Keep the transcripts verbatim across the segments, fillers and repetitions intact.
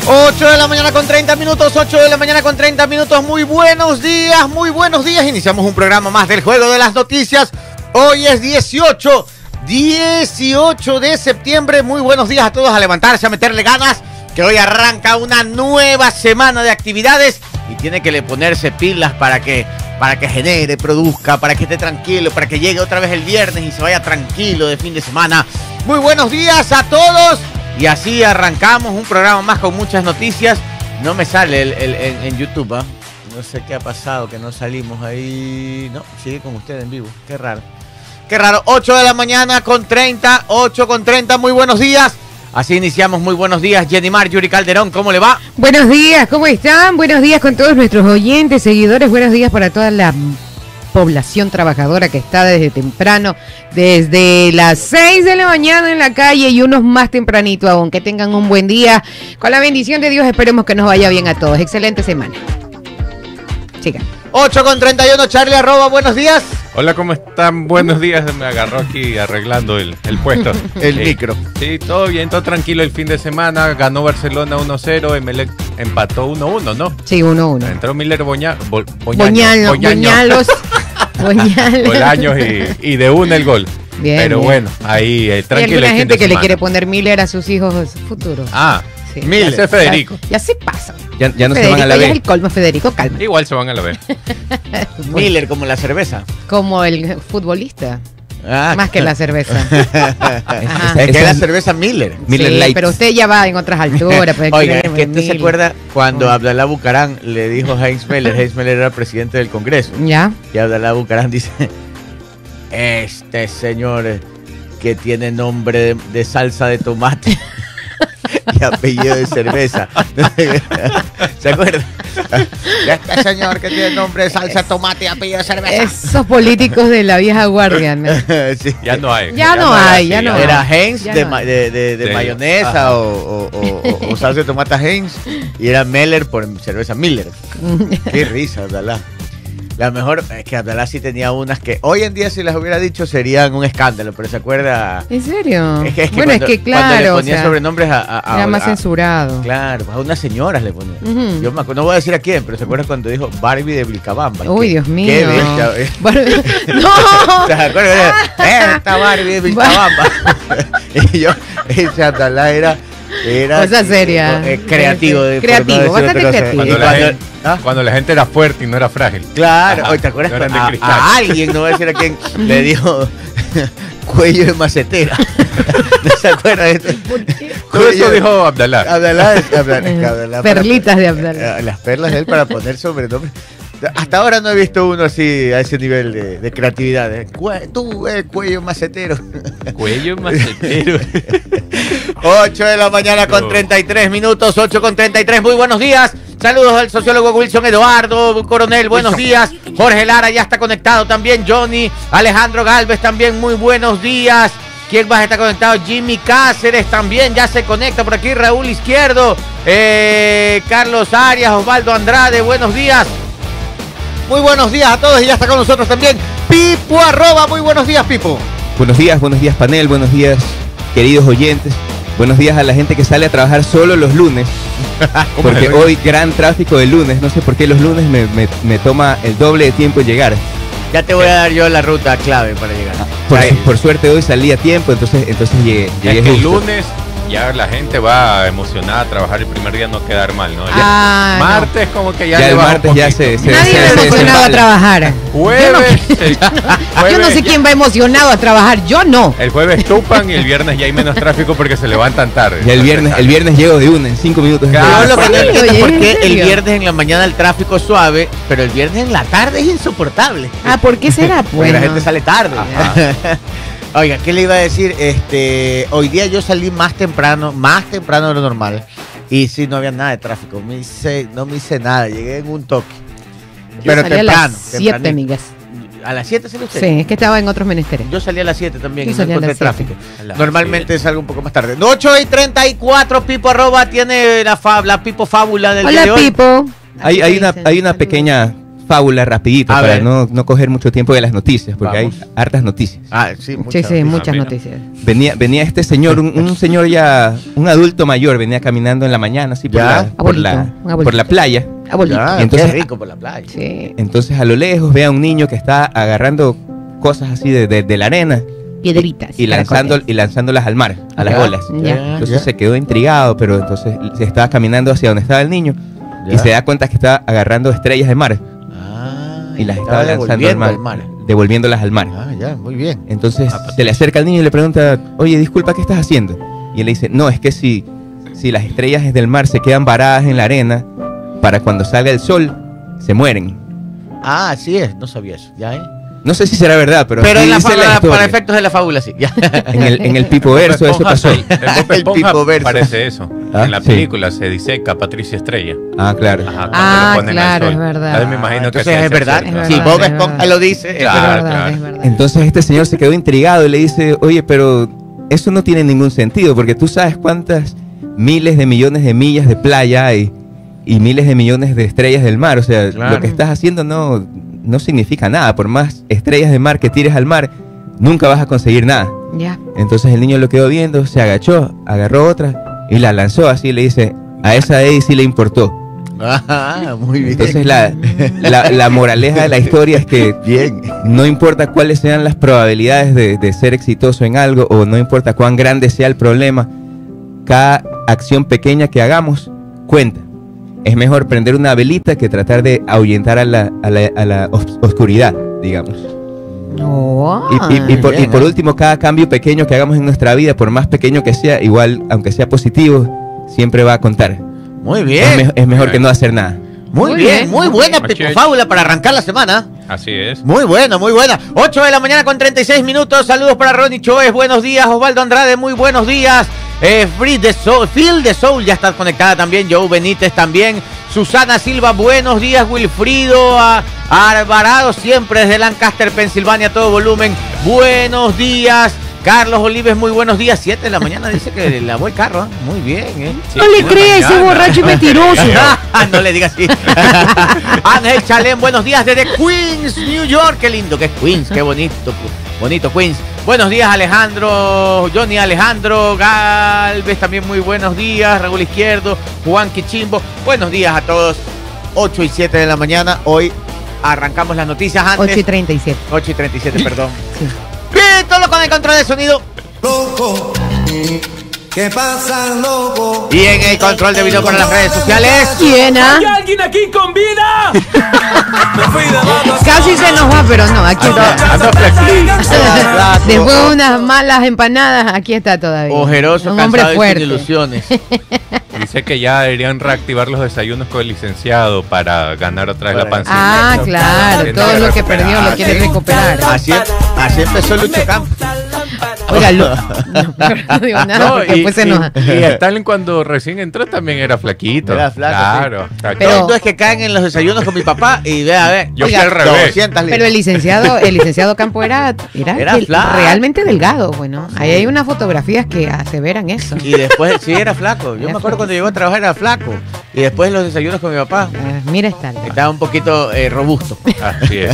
ocho de la mañana con treinta minutos, ocho de la mañana con treinta minutos. Muy buenos días, muy buenos días. Iniciamos un programa más del Juego de las Noticias. Hoy es dieciocho, dieciocho de septiembre. Muy buenos días a todos, a levantarse, a meterle ganas, que hoy arranca una nueva semana de actividades y tiene que le ponerse pilas para que, para que genere, produzca, para que esté tranquilo, para que llegue otra vez el viernes y se vaya tranquilo de fin de semana. Muy buenos días a todos. Y así arrancamos un programa más con muchas noticias. No me sale el, el, el, en YouTube, ¿eh? No sé qué ha pasado, que no salimos ahí. No, sigue con ustedes en vivo. Qué raro. Qué raro. ocho de la mañana con treinta, ocho con treinta. Muy buenos días. Así iniciamos. Muy buenos días, Jenny Mar, Yuri Calderón. ¿Cómo le va? Buenos días, ¿cómo están? Buenos días con todos nuestros oyentes, seguidores. Buenos días para toda la población trabajadora que está desde temprano, desde las seis de la mañana en la calle y unos más tempranito aún. Que tengan un buen día. Con la bendición de Dios esperemos que nos vaya bien a todos. Excelente semana. Sigan. ocho con treinta y uno, Charlie Arroba, buenos días. Hola, ¿cómo están? Buenos días. Me agarró aquí arreglando el, el puesto. El sí, micro. Sí, todo bien, todo tranquilo el fin de semana. Ganó Barcelona uno cero, Emelec empató uno uno, ¿no? Sí, uno uno. Entró Miller Boña, Bo, Boñaño, Boñalos, Boñalos. Bolaños y, y de una el gol. Bien, Pero bien. bueno, ahí eh, tranquilo. Hay alguna el fin gente de que semana. le quiere poner Miller a sus hijos futuros. Ah, Sí. Miller. Ese es Federico. Ya, ya se pasa. Ya, ya no Federico, se van a la ya es B. el colmo, Federico, calma. Igual se van a la B. Miller, como la cerveza. Como el futbolista, Ah, más que la cerveza. Ajá. Es que Esa la es- cerveza Miller. Miller Sí, Light. pero usted ya va en otras alturas. Pues, Oiga, es créeme, que usted se Miller. acuerda cuando Oye. Abdalá Bucarán le dijo a Heinz Miller, Heinz Miller era presidente del Congreso, ¿Ya? y Abdalá Bucarán dice, este señor que tiene nombre de, de salsa de tomate y apellido de cerveza. ¿Se acuerda? Este señor que tiene nombre de salsa de tomate y apellido de cerveza. Esos políticos de la vieja guardia, ¿no? Sí. Ya no hay. Ya no era hay, así, ya no Era hay. Heinz Ya de, no ma- hay. de, de, de Sí. mayonesa Ajá. o, o, o, o salsa de tomate Heinz, y era Miller por cerveza Miller. Qué risa, Abdalá. La mejor es que Abdalá sí tenía unas que hoy en día, si las hubiera dicho, serían un escándalo, pero se acuerda. ¿En serio? Es que, es que bueno, cuando, es que cuando le claro, o ponía sea, sobrenombres a, a, a- era más a- censurado. Claro, a unas señoras le ponía. Ujú. Yo me acuerdo, no voy a decir a quién, pero se acuerda cuando dijo Barbie de Vilcabamba. Uy, Qué- Dios mío. Qué bestia. eh. Bar- ¡No! ¿Se acuerdan? Esta Barbie de Vilcabamba. Y yo, ese Abdalá era. Era Cosa seria. eh, creativo. de- por Creativo, no decir bastante otra cosa. creativo. Y Cuando la, cuando- gente, ¿ah? cuando la gente era fuerte y no era frágil. Claro, Ajá, hoy te acuerdas no eran cuando de a, cristal. a alguien, no voy a decir a quién, le dijo cuello de macetera. ¿No se acuerda de esto? Todo eso dijo Abdalá. Abdalá, Abdalá, Abdalá para- Perlitas de Abdalá. eh, Las perlas de él para poner sobrenombres. Hasta ahora no he visto uno así, a ese nivel de, de creatividad. ¿eh? Cue- Tú, eh, cuello macetero. Cuello macetero. ocho de la mañana con treinta y tres minutos, ocho con treinta y tres. Muy buenos días. Saludos al sociólogo Wilson Eduardo Coronel, buenos días. Jorge Lara ya está conectado también. Johnny, Alejandro Galvez también, muy buenos días. ¿Quién más está conectado? Jimmy Cáceres también ya se conecta por aquí. Raúl Izquierdo, eh, Carlos Arias, Osvaldo Andrade, buenos días. Muy buenos días a todos y ya está con nosotros también Pipo Arroba. Muy buenos días, Pipo. Buenos días, buenos días panel, buenos días queridos oyentes. Buenos días a la gente que sale a trabajar solo los lunes. Porque es? hoy gran tráfico de lunes. No sé por qué los lunes me, me, me toma el doble de tiempo en llegar. Ya te voy a dar yo la ruta clave para llegar. Por, Ahí. por suerte hoy salí a tiempo, entonces, entonces llegué, llegué Es que el justo. lunes ya la gente va emocionada a trabajar el primer día, no quedar mal, ¿no? Ya- Ah, no. martes como que ya, Ya le el baja un martes ya poquito. se- se- Nadie se- va se- se emocionado a embala. trabajar. Jueves, el Yo no jueves sé ya- quién va emocionado a trabajar. Yo no. El jueves chupan y el viernes ya hay menos tráfico porque se levantan tarde. Y el viernes, el viernes llego de una, en cinco minutos. Claro. Yo lo que no Sí, entiendo es oye, por ¿en qué el serio? viernes en la mañana el tráfico es suave, pero el viernes en la tarde es insoportable. Ah, ¿por qué será? Porque Bueno. la gente sale tarde. Oiga, ¿qué le iba a decir? Este, hoy día yo salí más temprano, más temprano de lo normal. Y sí, no había nada de tráfico. Me hice, no me hice nada, llegué en un toque. Pero Salí temprano. a las siete, tempranito. amigas. ¿A las siete salió usted? Sí, es que estaba en otros menesteres. Yo salí a las siete también Yo y no salí a encontré las siete. tráfico. Normalmente salgo un poco más tarde. ocho y treinta y cuatro, Pipo Arroba tiene la, fa- la Pipo Fábula del día de Hola, hoy. Pipo. Hay, hay, una, hay una Saludos. pequeña fábula rapidito A para ver. no, no coger mucho tiempo de las noticias, porque Vamos. hay hartas noticias. Ah, sí, Sí, muchas sí, muchas mira. noticias. Venía, venía este señor, un, un señor ya, un adulto mayor, venía caminando en la mañana así por, Ya. la, por, Abuelito, la, un abuelito. por la playa. Abuelito. Ya, Y entonces- qué rico por la playa. Sí. Entonces a lo lejos ve a un niño que está agarrando cosas así de, de- de la arena Piedritas. y, lanzando, caracoles. y lanzándolas al mar, a las Ya. olas. Ya. Entonces ya. se quedó intrigado, pero entonces se estaba caminando hacia donde estaba el niño Ya. y se da cuenta que está agarrando estrellas de mar Ah, y las estaba estaba lanzando al devolviendo mar, al mar. devolviéndolas al mar. Ah, ya, muy bien. Entonces Ah, pues se le acerca al niño y le pregunta, oye, disculpa, ¿qué estás haciendo? Y él le dice, no, es que si, si las estrellas del mar se quedan varadas en la arena, para cuando salga el sol, se mueren. Ah, así es, no sabía eso. Ya, ¿eh? No sé si será verdad, pero, Pero así en la dice fábula, historia. para efectos de la fábula, sí. Ya. En el, en el Pipo Verso eso pasó. En Bob El Esponja Pipo Verso. parece eso. ¿Ah? En la Sí. película se diseca a Patricia Estrella. Ah, claro. Ajá, cuando Ah, lo ponen al claro, sol. es verdad. Entonces me imagino que Entonces sí, es sí, verdad. sí, Es claro. Si verdad, Bob es Esponja verdad. lo dice, es Claro, es verdad. verdad, claro. es verdad. Entonces este señor se quedó intrigado y le dice, oye, pero eso no tiene ningún sentido, porque tú sabes cuántas miles de millones de millas de playa hay y miles de millones de estrellas del mar. O sea, Claro. lo que estás haciendo no, no significa nada. Por más estrellas de mar que tires al mar, nunca vas a conseguir nada. Ya. Entonces el niño lo quedó viendo, se agachó, agarró otra y la lanzó así y le dice, a esa Eddie sí le importó. Ah, muy bien. Entonces la, la, la moraleja de la historia es que Bien. no importa cuáles sean las probabilidades de, de ser exitoso en algo o no importa cuán grande sea el problema, cada acción pequeña que hagamos cuenta. Es mejor prender una velita que tratar de ahuyentar a la, a la, a la os- oscuridad, digamos. No. Y, y- y por, y bien, por ¿eh? último, cada cambio pequeño que hagamos en nuestra vida, por más pequeño que sea, igual, aunque sea positivo, siempre va a contar. Muy Es, bien. me- es mejor que no hacer nada. Muy Muy bien, bien. muy buena Aquí hay- Pipofábula para arrancar la semana. Así es. Muy buena, muy buena. ocho de la mañana con treinta y seis minutos. Saludos para Ronnie Choes. Buenos días, Osvaldo Andrade. Muy buenos días. Eh, Free de Soul, Phil de Soul ya está conectada también. Joe Benítez también. Susana Silva, buenos días. Wilfrido a, Alvarado, siempre desde Lancaster, Pensilvania, todo volumen. Buenos días. Carlos Olives, muy buenos días. siete de la mañana dice que le lavó el carro. ¿eh? Muy bien, ¿eh? No le Sí, creas ese mañana. borracho y mentiroso. No le digas así. Ángel Chalén, buenos días desde Queens, New York. Qué lindo que es Queens, qué bonito, bonito Queens. Buenos días, Alejandro, Johnny Alejandro Galvez, también muy buenos días. Raúl Izquierdo, Juan Quichimbo. Buenos días a todos. ocho y siete de la mañana. Hoy arrancamos las noticias antes. ocho y treinta y siete. ocho y treinta y siete, perdón. Sí. Pítolo con el control de sonido. Loco, ¿qué pasa, loco? Y en el control de video para las redes sociales. ¿Quién, ah? ¿Hay alguien aquí con vida? Me fui de vacaciones. Casi se nos va, pero no, aquí está. Ando flexible. Después de unas malas empanadas, aquí está todavía. Ojeroso, Un hombre cansado y sin fuerte. ilusiones. Dice que ya deberían reactivar los desayunos con el licenciado para ganar otra vez la Para- pancita. Ah, claro, Tiene todo que lo que recuperar. perdió lo quiere recuperar. Así, así empezó Lucho Campos. Oiga, lo- no, no digo nada No, porque y, después se y- nos... y Stalin cuando recién entró también era flaquito. Era flaco, Claro. Claro. Pero- Entonces que caen en los desayunos con mi papá y ve a ver. Yo Oiga, fui al revés. doscientas Pero el libras. licenciado, el licenciado Campo era, era, Era del- flaco. realmente delgado, bueno. Ahí hay unas fotografías que aseveran eso. Y después, sí, era flaco. Yo Era me acuerdo cuando flaquísimo. llegó a trabajar era flaco. Y después los desayunos con mi papá Ah, mira esta. estaba un poquito eh, robusto. Así es.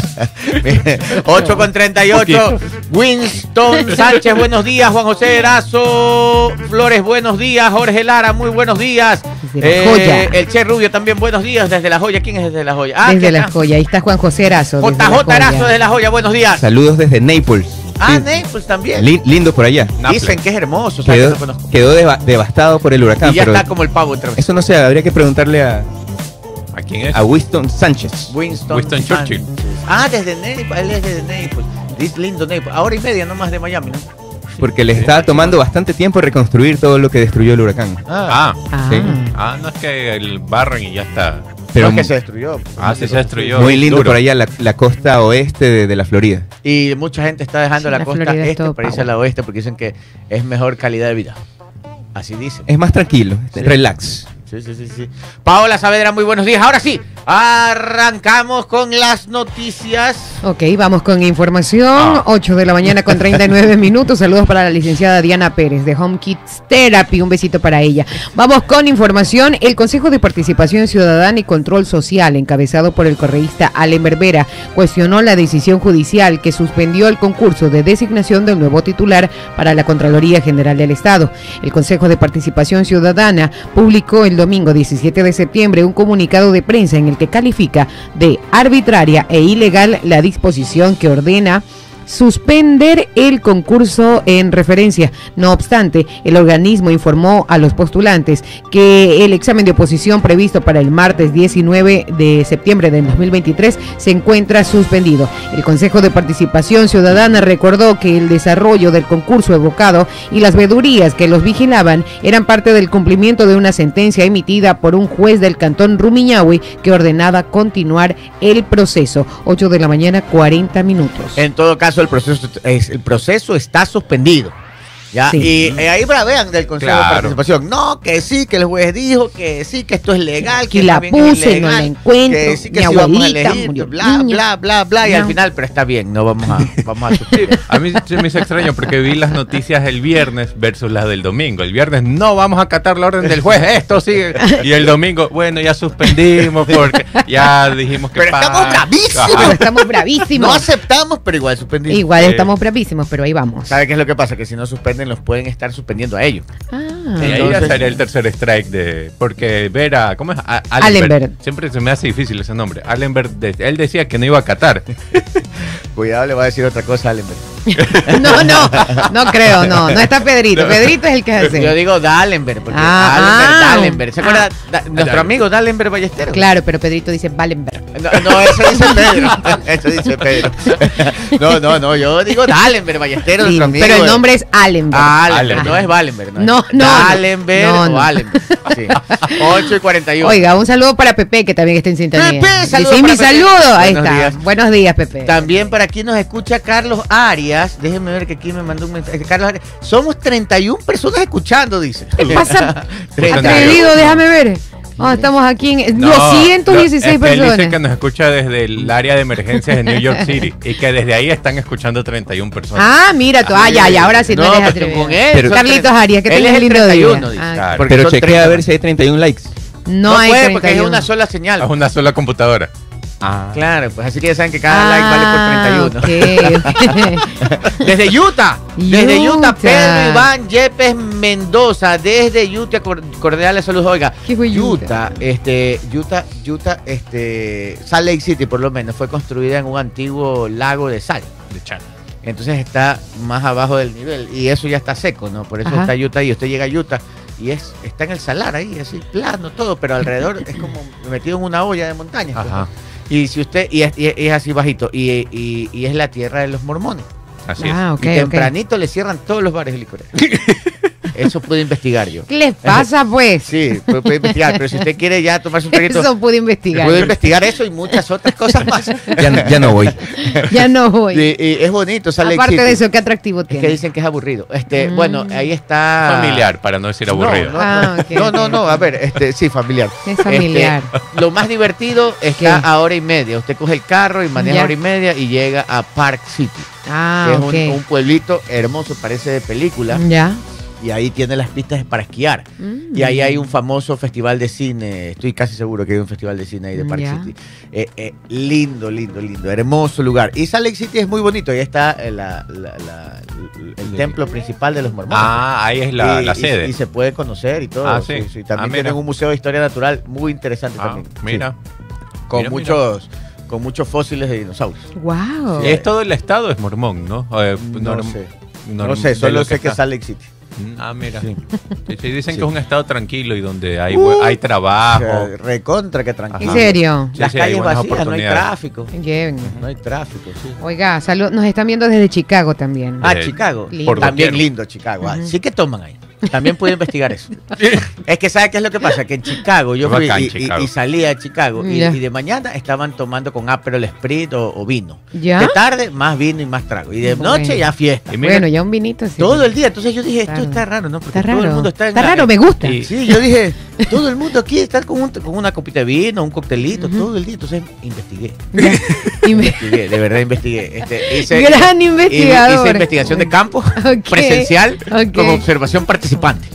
ocho con treinta y ocho. Winston Sánchez, buenos días. Juan José Erazo Flores, buenos días. Jorge Lara, muy buenos días. Desde La Joya. el Che Rubio también, buenos días. Desde La Joya. ¿Quién es desde La Joya? Ah, Desde aquí La está. Joya, ahí está Juan José Erazo. desde J La J Erazo Joya. desde La Joya, buenos días. Saludos desde Naples. Ah, Sí, Naples también. li- lindo por allá. Naples. Dicen que es hermoso. O sea, que Quedó, no conozco. quedó deva- devastado por el huracán, Y ya pero está como el pavo otra vez. eso no sé, habría que preguntarle a, ¿A quién es? a Winston Sánchez. Winston, Winston Churchill. Ah, desde Naples. Él es desde Naples. Dice lindo Naples. Ahora y media nomás de Miami, ¿no? Porque les Sí, estaba sí. tomando bastante tiempo reconstruir todo lo que destruyó el huracán. Ah, Ah, Sí. ah, no es que el barren y ya está. Pero No, es que se destruyó. Ah, sí se destruyó. muy lindo Duro. por allá la, la costa oeste de, de la Florida. Y mucha gente está dejando Sí, la, la costa Florida es este todo para irse a power. la oeste porque dicen que es mejor calidad de vida. Así dicen. Es más tranquilo, Sí. relax. Sí, sí, sí, sí. Paola Saavedra, muy buenos días. Ahora sí, arrancamos con las noticias. Ok, vamos con información. Ah. ocho de la mañana con treinta y nueve minutos. Saludos para la licenciada Diana Pérez de Home Kids Therapy. Un besito para ella. Vamos con información. El Consejo de Participación Ciudadana y Control Social, encabezado por el correísta Allen Berbera, cuestionó la decisión judicial que suspendió el concurso de designación del nuevo titular para la Contraloría General del Estado. El Consejo de Participación Ciudadana publicó el domingo diecisiete de septiembre un comunicado de prensa en el que califica de arbitraria e ilegal la disposición que ordena suspender el concurso en referencia. No obstante, el organismo informó a los postulantes que el examen de oposición previsto para el martes diecinueve de septiembre del dos mil veintitrés se encuentra suspendido. El Consejo de Participación Ciudadana recordó que el desarrollo del concurso evocado y las vedurías que los vigilaban eran parte del cumplimiento de una sentencia emitida por un juez del cantón Rumiñahui que ordenaba continuar el proceso. ocho de la mañana, cuarenta minutos. En todo caso, el proceso el proceso está suspendido. ¿Ya? Sí. Y eh, ahí bravean del Consejo claro. de Participación. No, que sí, que el juez dijo que sí, que esto es legal. Que que la puse, ilegal, no la encuentro. Que sí, que mi sí abuelita vamos a elegir, murió bla, niña. bla, bla, bla. Y no. al final, pero está bien, no vamos a, vamos a suscribir. A mí se me hizo extraño porque vi las noticias el viernes versus las del domingo. El viernes no vamos a acatar la orden del juez, esto sigue. Y el domingo, bueno, ya suspendimos porque ya dijimos que pero pa... estamos bravísimos. Pero estamos bravísimos. No aceptamos, pero igual suspendimos. Igual sí. estamos bravísimos, pero ahí vamos. ¿Sabe qué es lo que pasa? Que si no suspenden, los pueden estar suspendiendo a ellos. Ah. Y ahí Entonces, ya sería el tercer strike de... Porque Vera... ¿Cómo es? A- Allenberg. Siempre se me hace difícil ese nombre. Allenberg, de, él decía que no iba a acatar. Cuidado, le voy a decir otra cosa a Allenberg. No, no, no creo, no. No está Pedrito. No. Pedrito es el que hace. Yo digo Dallenberg, porque Ah, Allenberg, ah. Dallenberg. ¿Se acuerda? Ah. Da, nuestro amigo Dallenberg Ballesteros. Claro, pero Pedrito dice Wallenberg. No, no, eso dice Pedro. Eso dice Pedro. No, no, no, yo digo Dallenberg Ballesteros, Sí, nuestro amigo. pero el nombre es Allenberg. Ah, Allenberg, Allenberg. no es Wallenberg. No, No, es no, Dallenberg no, no. o Allenberg. Sí. ocho y cuarenta y uno. Oiga, un saludo para Pepe, que también está en sintonía. Pepe, saludos sí, para mi Pepe. saludo. Ahí Buenos está. días. Buenos días, Pepe. También para aquí nos escucha Carlos Arias. Déjenme ver que aquí me mandó un mensaje. Carlos Arias. Somos treinta y una personas escuchando, dice. ¿Qué pasa? treinta y uno. Atrevido, déjame ver. Oh, estamos aquí en No, doscientas dieciséis no, es que personas. Él dice que nos escucha desde el área de emergencias de New York City y que desde ahí están escuchando treinta y una personas. Ah, mira tú. Ah, ya, ya, ahora sí no, No, eres pero atrevido. con él, Pero- son Carlitos tre- Arias, que él tengas es un el lindo treinta y día. uno, dice. Ah, Claro. Porque Pero son chequea treinta. a ver si hay treinta y uno likes. no, No hay puede porque treinta y es uno. una sola señal. Es una sola computadora. Ah. Claro, pues así que ya saben que cada like vale por treinta y uno. Ah, ok. Desde Utah, desde Utah, Utah. Pedro Iván Yepes Mendoza, desde Utah, cor- cordiales saludos. Oiga, ¿Qué fue Utah? Utah, este, Utah, Utah, este, Salt Lake City por lo menos, fue construida en un antiguo lago de sal. De chat. Entonces está más abajo del nivel y eso ya está seco, ¿no? Por eso Ajá. está Utah y usted llega a Utah y es está en el salar ahí, así plano todo, pero alrededor es como metido en una olla de montaña. pues. Ajá. Y si usted y es, y es así bajito y, y, y es la tierra de los mormones. Así Ah, ok, y ok. tempranito le cierran todos los bares y licores. Eso pude investigar yo. ¿Qué les pasa, pues? Sí, puede, puede investigar, pero si usted quiere ya tomarse un traguito, Eso pude investigar. puede investigar eso y muchas otras cosas más. Ya, no- ya no voy. Ya no voy. Y, y es bonito, Salt Lake Aparte City. de eso, ¿qué atractivo Es que tiene? dicen que es aburrido. Este, Mm. bueno, ahí está. Familiar, para no decir aburrido. No, no, Ah, no, ok, no, ok. no, no, a ver, este, sí, familiar. Es familiar. Este, lo más divertido está ¿Qué? a hora y media. Usted coge el carro y maneja Ya. hora y media y llega a Park City, Ah, que es ok. un, un pueblito hermoso, parece de película. Ya. Y ahí tiene las pistas para esquiar. Mm. Y ahí hay un famoso festival de cine. Estoy casi seguro que hay un festival de cine ahí de Park Ya. City. Eh, eh, lindo, lindo, lindo. Hermoso lugar. Y Salt Lake City es muy bonito. Ahí está eh, la- la- la- el templo principal de los mormones. Ah, ahí es la, y, la y- sede. y se puede conocer y todo. Ah, sí. También Ah, mira. tienen un museo de historia natural muy interesante Ah, también. mira. Sí. Con Mira, muchos con muchos fósiles de dinosaurios. Wow. Sí. Es todo el estado es mormón, ¿no? Eh, No norm- sé. norm- No sé, de solo lo sé que está. Salt Lake City. Ah, mira. Sí. Sí, sí, dicen Sí. que es un estado tranquilo y donde hay, Uh, hay O trabajo. sea, recontra que tranquilo. ¿En serio? Sí, Las sí, hay calles buenas vacías, no hay oportunidades. tráfico. Bien. No hay tráfico, sí. Oiga, salud, nos están viendo desde Chicago también. Ah, Desde- Chicago. Lindo. por También doquier. lindo Chicago. Ah, Ujú. sí que toman ahí. También pude investigar eso. Es que ¿sabes qué es lo que pasa? Que en Chicago yo fui Bacán, y, Chicago. y, y salía de Chicago y, Ya. y de mañana estaban tomando con Aperol Spritz o, o vino. ¿Ya? De tarde más vino y más trago. Y de Bueno. noche ya fiesta. Y mira, Bueno, ya un vinito sí. Todo el día. Entonces yo dije, esto Claro. está raro, ¿no? Porque Está todo raro. el mundo está en Está la- raro, me gusta. y- Sí, yo dije, todo el mundo aquí está con, un- con una copita de vino, un coctelito, Ujú. todo el día. Entonces investigué. Ya. Y me- Investigué, de verdad investigué. Este, hice, Gran hice- investigador. Hice investigación de campo, Ok, presencial, ok. con observación participante.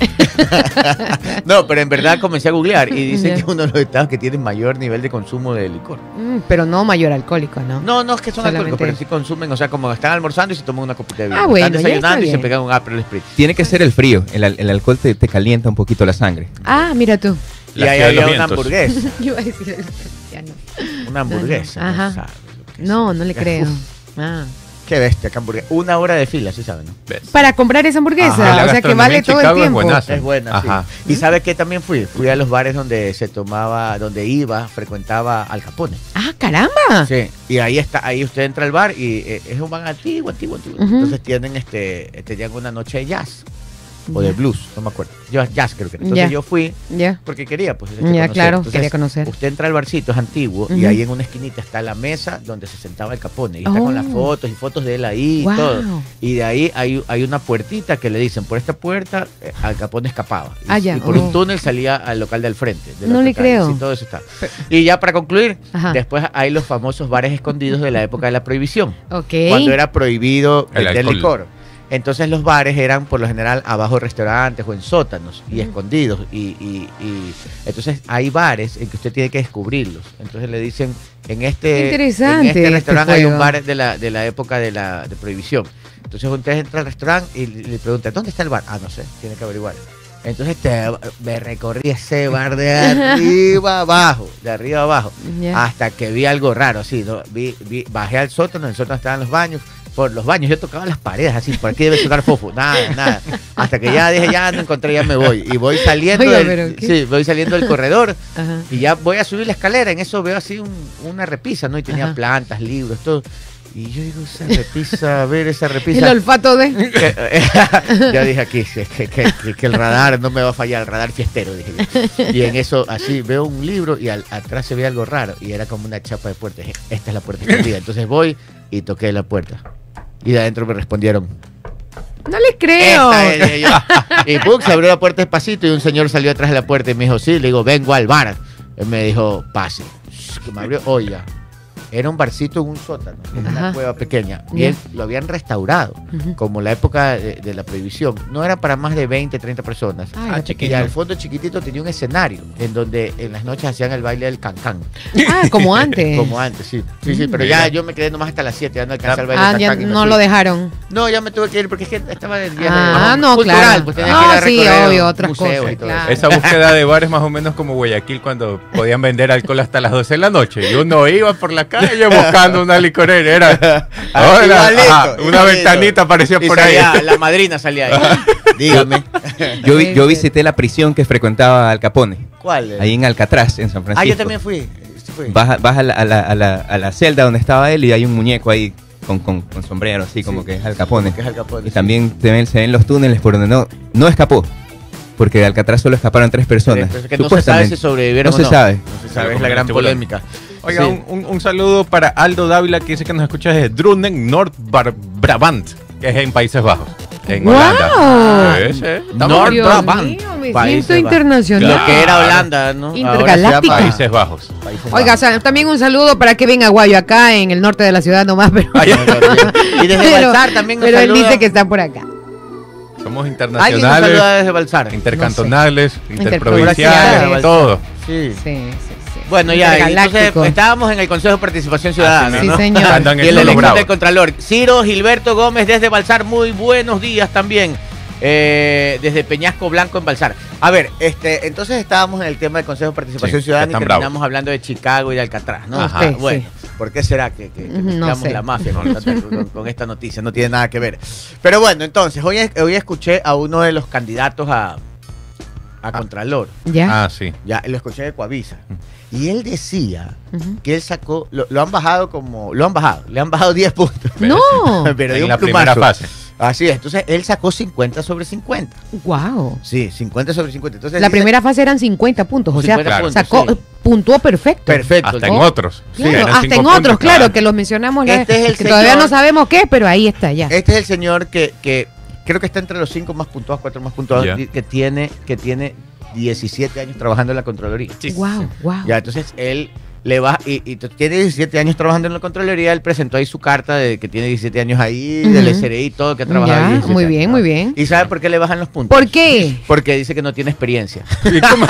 No, pero en verdad comencé a googlear y dicen Ya. que es uno de los estados que tiene mayor nivel de consumo de licor. Mm, pero no mayor alcohólico, ¿no? No, no es que son Solamente- alcohólicos, pero sí consumen, o sea, como están almorzando y se toman una copita de vino. Ah, bueno, están ya está desayunando y se bien. pegan un Aperol Spritz. Tiene que ser el frío. El, al- el alcohol te, te calienta un poquito la sangre. Ah, mira tú. Y La ahí ciudad de había los una vientos. hamburguesa. Yo iba a decir algo, ya no. Una hamburguesa. Ajá. No, sabe lo que es. No, no le Uf, creo. Ah. Qué bestia, qué hamburguesa. Una hora de fila, ¿sí saben? ¿no? ¿ves? Para comprar esa hamburguesa, Ajá, la o sea que gastronomía vale en todo el Chicago es tiempo. buenaza. Es buena, Ajá. sí. ¿Y sabe qué también fui? Fui a los bares donde se tomaba, donde iba, frecuentaba Al Capone. Ah, caramba. Sí. Y ahí está, ahí usted entra al bar y eh, es un bar antiguo, antiguo, antiguo. Ujú. Entonces tienen este, eh, tenían una noche de jazz o de Ya. blues, no me acuerdo. Yo jazz creo que era. Entonces Ya. yo fui Ya. porque quería, pues. este, Ya, conocer. claro, Entonces, quería conocer. Usted entra al barcito, es antiguo, y Ujú. ahí en una esquinita está la mesa donde se sentaba el Capone. Y está Oh. con las fotos y fotos de él ahí Wow. y todo. Y de ahí hay, hay una puertita que le dicen, por esta puerta eh, Al Capone escapaba. Y, Ah, ya. y por Oh. un túnel salía al local del frente. del No otro le calle. creo. Sí, todo eso está. Y ya para concluir, Ajá. después hay los famosos bares escondidos de la época de la prohibición. Ok. Cuando era prohibido El vender alcohol. licor. Entonces los bares eran por lo general abajo de restaurantes o en sótanos y Ujú. escondidos. Y, y- y- entonces hay bares en que usted tiene que descubrirlos. Entonces le dicen, en este, Interesante en este este restaurante hay un juego. bar de la, de la época de la de prohibición. Entonces usted entra al restaurante y le le pregunta, ¿dónde está el bar? Ah, no sé, tiene que averiguar. Entonces te, me recorrí ese bar de arriba abajo, de arriba abajo, Ya. hasta que vi algo raro, así, ¿no? vi, vi- bajé al sótano, en el sótano estaban los baños, por los baños yo tocaba las paredes, así, por aquí debe sonar fofo, nada, nada, hasta que ya dije, ya no encontré, ya me voy, y voy saliendo, Oiga, del, pero ¿qué? sí, voy saliendo del corredor, Ajá. y ya voy a subir la escalera, en eso veo así un- una repisa, ¿no? Y tenía Ajá. plantas, libros, todo. Y yo digo, esa repisa, a ver, esa El repisa. olfato de. Que- ya dije aquí, que, que- que- que el radar no me va a fallar, el radar fiestero, dije yo. Y en eso, así, veo un libro y al- atrás se ve algo raro y era como una chapa de puerta. Dije, esta es la puerta escondida. Entonces voy y toqué la puerta. Y de adentro me respondieron, No les creo. esta es, dije yo. Y pum, se abrió la puerta despacito y un señor salió atrás de la puerta y me dijo, sí, le digo, vengo al bar. Él me dijo, pase. Que me abrió, oiga. Era un barcito en un sótano, en una Ajá. cueva pequeña. Y Ya. él lo habían restaurado, Ujú. como la época de, de la prohibición. No era para más de veinte, treinta personas. Ay, Ah, la chiquito. Y al fondo chiquitito tenía un escenario en donde en las noches hacían el baile del cancán. Ah, como antes. Como antes, sí. Sí, sí, pero Mira. ya yo me quedé nomás hasta las siete, ya no alcancé el baile Ah, del ya cancán. y me no fui. lo dejaron. No, ya me tuve que ir porque es que estaba en el día Ah, de no, cultural, claro. pues tenía No, que ir a sí, recorrer obvio, otras museos cosas, y todo claro. eso. Esa búsqueda de bares más o menos como Guayaquil cuando podían vender alcohol hasta las doce de la noche. Y uno iba por la calle buscando una licorera. Era, Ah, Hola, igualito, ajá, una igualito. ventanita aparecía Y por ahí. salía, la madrina salía ahí. Dígame. Yo, vi- yo visité la prisión que frecuentaba Al Capone, ¿Cuál? ahí en Alcatraz, en San Francisco. Ah, yo también fui. sí fui. Baja, baja a, la, a, la, a, la, a la celda donde estaba él y hay un muñeco ahí con, con, con sombrero, así como Sí, que es Al Capone. que es Al Capone, Y sí. también se ven, se ven los túneles por donde no, no escapó, porque de Alcatraz solo escaparon tres personas. Pero es que no se sabe si sobrevivieron No o se no. sabe. No se sabe, es la gran polémica. Oiga, Sí. un, un- un saludo para Aldo Dávila que dice que nos escucha desde Drunen, Noord-Brabant, que es en Países Bajos, en ¡Guau! Holanda. Sí, sí, estamos- Nord- Dios Brabant. mío, me Países siento Bajos. internacional. Lo que era Holanda, ¿no? Ahora se llama Intergaláctica. Países Bajos. Países Oiga, Bajos. sa- también un saludo para Kevin Aguayo, acá en el norte de la ciudad nomás, pero, Y desde pero, Balsar también nos pero él saluda. dice que está por acá. Somos Alguien nos internacionales, saluda desde Balsar. intercantonales, Interprovinciales. interprovinciales, todo. Sí. Sí, sí, sí. Bueno, ya, y entonces Intergaláctico. estábamos en el Consejo de Participación Ciudadana, Sí, ¿no? señor. Andan Y en el Lolo elección Bravo. del Contralor. Ciro Gilberto Gómez desde Balsar, muy buenos días también. Eh, desde Peñasco Blanco en Balsar. A ver, este, entonces estábamos en el tema del Consejo de Participación Sí, Ciudadana y están terminamos bravos. hablando de Chicago y de Alcatraz, ¿no? Ajá. Usted, Bueno, sí. ¿por qué será que, que, que No mezclamos sé. la mafia con, con- con esta noticia? No tiene nada que ver. Pero bueno, entonces, hoy, hoy escuché a uno de los candidatos a, a Contralor. ¿Ya? Ah, sí. Ya, lo escuché de Coavisa. Y él decía Ujú. que él sacó, lo, lo han bajado como, lo han bajado, le han bajado diez puntos. No. Pero de en un la plumazo. primera fase. Así es, entonces él sacó cincuenta sobre cincuenta. Wow. Sí, cincuenta sobre cincuenta. Entonces, La dice, primera fase eran cincuenta puntos, o sea, cincuenta puntos, sacó, sí. puntuó perfecto. Perfecto. Hasta en Oh, otros. Claro, Sí, eran hasta cinco en puntos, otros, claro, que los mencionamos, la- Este es el que todavía señor- no sabemos qué, pero ahí está ya. Este es el señor que, que creo que está entre los cinco más puntuados, cuatro más puntuados, Ya. que tiene, que tiene diecisiete años trabajando en la Contraloría. Sí. Wow, wow. Ya, entonces él le va, y, y t- tiene diecisiete años trabajando en la Contraloría, él presentó ahí su carta de que tiene diecisiete años ahí, Ujú. del S R I, todo, que ha trabajado Ya, ahí diecisiete muy años, bien, ¿no? muy bien. ¿Y sabe por qué le bajan los puntos? ¿Por qué? Porque dice que no tiene experiencia. ¿Y cómo-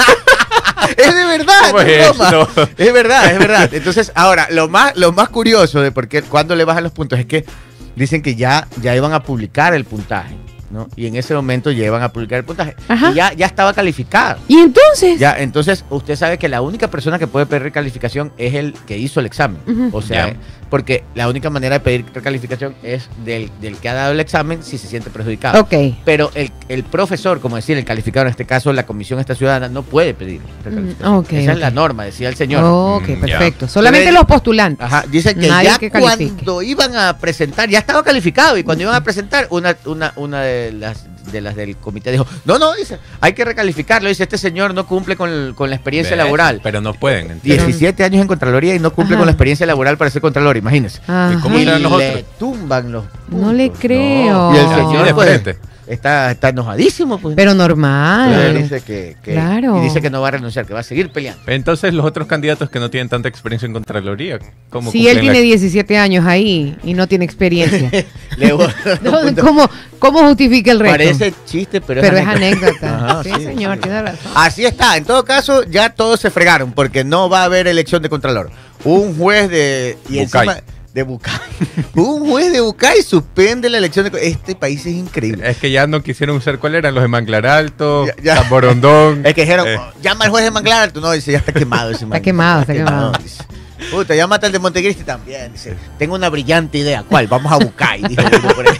Es de verdad, ¿Cómo no es es broma. esto? Es verdad, es verdad. Entonces, ahora, lo más, lo más curioso de por qué, cuando le bajan los puntos es que dicen que ya, ya iban a publicar el puntaje, ¿no? Y en ese momento ya iban a publicar el puntaje. Ajá. Y ya, ya estaba calificado. ¿Y entonces? Ya, entonces, usted sabe que la única persona que puede pedir recalificación es el que hizo el examen. Ujú. O sea, Ya. porque la única manera de pedir recalificación es del, del que ha dado el examen si se siente perjudicado. Ok. Pero el, el profesor, como decir, el calificador, en este caso la comisión esta ciudadana, no puede pedir recalificación. Mm, ok, Esa ok. es la norma, decía el señor. Ok, Mm, ya. perfecto. Solamente Pero- los postulantes. Ajá, dicen que Nadie ya que califique. cuando iban a presentar, ya estaba calificado, y cuando iban a presentar, una, una, una de las de las del comité dijo, no, no, dice, hay que recalificarlo, dice, este señor no cumple con, el- con la experiencia Ve, laboral. Pero no pueden. ¿entiendes? diecisiete años en Contraloría y no cumple Ajá. con la experiencia laboral para ser Contralor, imagínense. Ajá. ¿Cómo Y serán los le otros? tumban los No le puntos. creo. Y el Así señor de pues, frente. está, está enojadísimo, pues. Pero Entonces, normal. dice que, que- Claro. y dice que no va a renunciar, que va a seguir peleando. Entonces, los otros candidatos que no tienen tanta experiencia en Contraloría, ¿cómo Si él cumplen la- tiene diecisiete años ahí y no tiene experiencia, Le borran los No, puntos. ¿cómo, ¿cómo justifica el resto? Parece chiste, pero, Pero es anécdota. Ajá, sí, sí, señor, sí. tiene razón. Así está. En todo caso, ya todos se fregaron porque no va a haber elección de Contralor. Un juez de y Bucay. encima de Bucay. Un juez de Bucay suspende la elección de Este país es increíble. Es que ya no quisieron usar cuál eran los de Manglar Alto, Ya- ya. Taborondón. Es que dijeron, Eh. "Oh, llama al juez de Manglar Alto". No, dice, ya está quemado ese man. Está quemado, está quemado. dice. Puta, llámate al de Montecristi también. Dice, tengo una brillante idea. ¿Cuál? Vamos a Bucay. Dijo uno por ahí.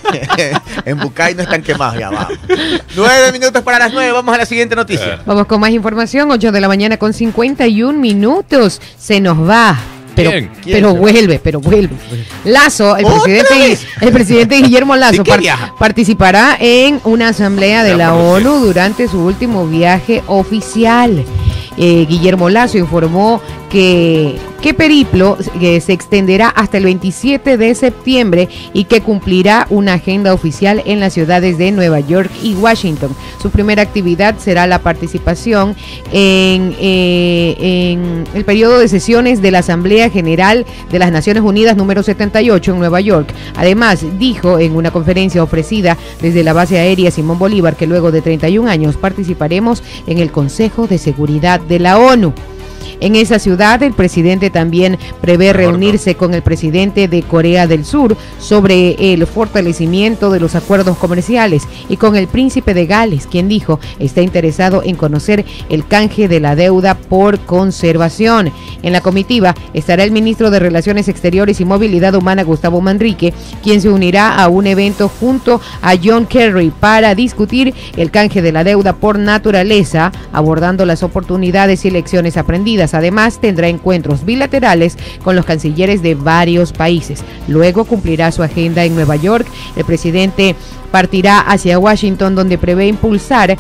En Bucay no están quemados, ya vamos. Nueve minutos para las nueve. Vamos a la siguiente noticia. Vamos con más información. ocho de la mañana con cincuenta y un minutos. Se nos va. Pero, ¿Quién? ¿Quién pero se va? vuelve, pero vuelve. Lazo, el ¿Otra presidente, vez? el presidente Guillermo Lazo ¿Sí que par- viaja? participará en una asamblea de Ya, la por lo ONU durante su último viaje oficial. Eh, Guillermo Lazo informó que, que periplo que se extenderá hasta el veintisiete de septiembre y que cumplirá una agenda oficial en las ciudades de Nueva York y Washington. Su primera actividad será la participación en, eh, en el periodo de sesiones de la Asamblea General de las Naciones Unidas número setenta y ocho en Nueva York. Además, dijo en una conferencia ofrecida desde la base aérea Simón Bolívar que luego de treinta y un años participaremos en el Consejo de Seguridad de la ONU. En esa ciudad, el presidente también prevé reunirse con el presidente de Corea del Sur sobre el fortalecimiento de los acuerdos comerciales y con el príncipe de Gales, quien dijo está interesado en conocer el canje de la deuda por conservación. En la comitiva estará el ministro de Relaciones Exteriores y Movilidad Humana, Gustavo Manrique, quien se unirá a un evento junto a John Kerry para discutir el canje de la deuda por naturaleza, abordando las oportunidades y lecciones aprendidas. Además, tendrá encuentros bilaterales con los cancilleres de varios países. Luego cumplirá su agenda en Nueva York. El presidente partirá hacia Washington, donde prevé impulsar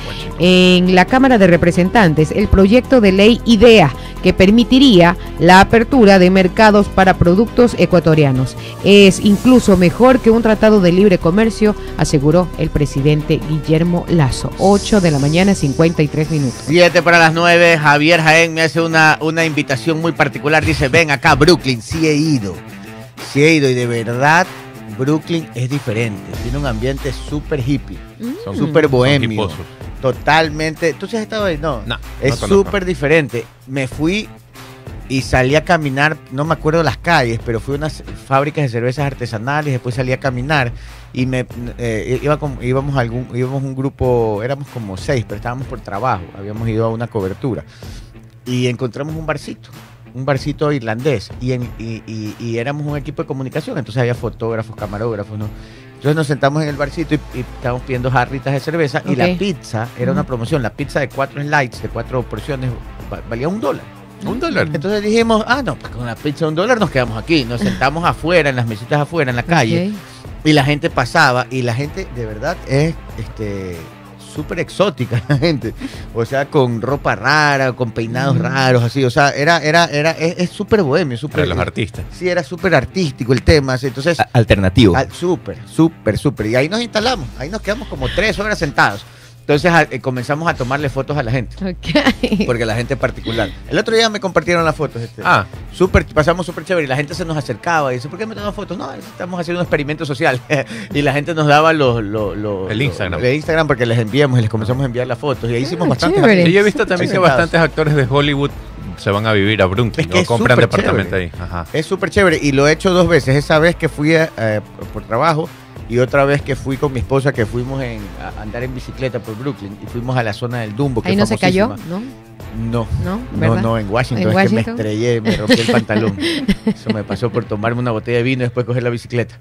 en la Cámara de Representantes el proyecto de ley IDEA, que permitiría la apertura de mercados para productos ecuatorianos. Es incluso mejor que un tratado de libre comercio, aseguró el presidente Guillermo Lazo. ocho de la mañana, cincuenta y tres minutos. Siete para las nueve. Javier Jaén me hace una, una invitación muy particular. Dice, ven acá, Brooklyn. Sí he ido. Sí he ido y de verdad Brooklyn es diferente. Tiene un ambiente súper hippie, Son- súper son bohemio. hiposos. Totalmente. ¿Tú sí has estado ahí? No. No, es no conozco. súper diferente. Me fui y salí a caminar, no me acuerdo las calles, pero fui a unas fábricas de cervezas artesanales, después salí a caminar y me eh, iba con, íbamos a algún, íbamos un grupo, éramos como seis, pero estábamos por trabajo, habíamos ido a una cobertura y encontramos un barcito, un barcito irlandés y, en, y, y, y éramos un equipo de comunicación, entonces había fotógrafos, camarógrafos, ¿no? Entonces nos sentamos en el barcito y, y estábamos pidiendo jarritas de cerveza y Ok. la pizza era una Ujú. promoción, la pizza de cuatro slides, de cuatro porciones, va- valía un dólar. Un dólar. Entonces dijimos, ah, no, pues con la pizza de un dólar nos quedamos aquí. Nos sentamos afuera, en las mesitas afuera, en la calle. Ok. Y la gente pasaba, y la gente de verdad es este súper exótica, la gente. O sea, con ropa rara, con peinados Mm. raros, así. O sea, era, era, era, es súper bohemio, súper. Para los artistas. Sí, era súper artístico el tema. así. Entonces, A- alternativo. ah, súper, súper, súper. Y ahí nos instalamos, ahí nos quedamos como tres horas sentados. Entonces a- eh, comenzamos a tomarle fotos a la gente. Ok. Porque la gente es particular. El otro día me compartieron las fotos. Este, Ah, Súper, pasamos súper chévere y la gente se nos acercaba y dice, ¿por qué me toman fotos? No, estamos haciendo un experimento social. Y la gente nos daba los... los- los- El los- Instagram. El Instagram porque les enviamos y les comenzamos a enviar las fotos. Y ahí hicimos Ah, bastantes... chévere. y yo he visto también que Sentados. bastantes actores de Hollywood se van a vivir a Brooklyn, Es que ¿no? es Compran súper departamento chévere. ahí. Ajá. Es súper chévere y lo he hecho dos veces. Esa vez que fui eh, por trabajo y otra vez que fui con mi esposa que fuimos en, a andar en bicicleta por Brooklyn y fuimos a la zona del Dumbo. Que Ahí es no se cayó, famosísima. ¿no? No. No, No, ¿verdad? no, en Washington. ¿En es que Washington? me estrellé, me rompí el pantalón. Eso me pasó por tomarme una botella de vino y después coger la bicicleta.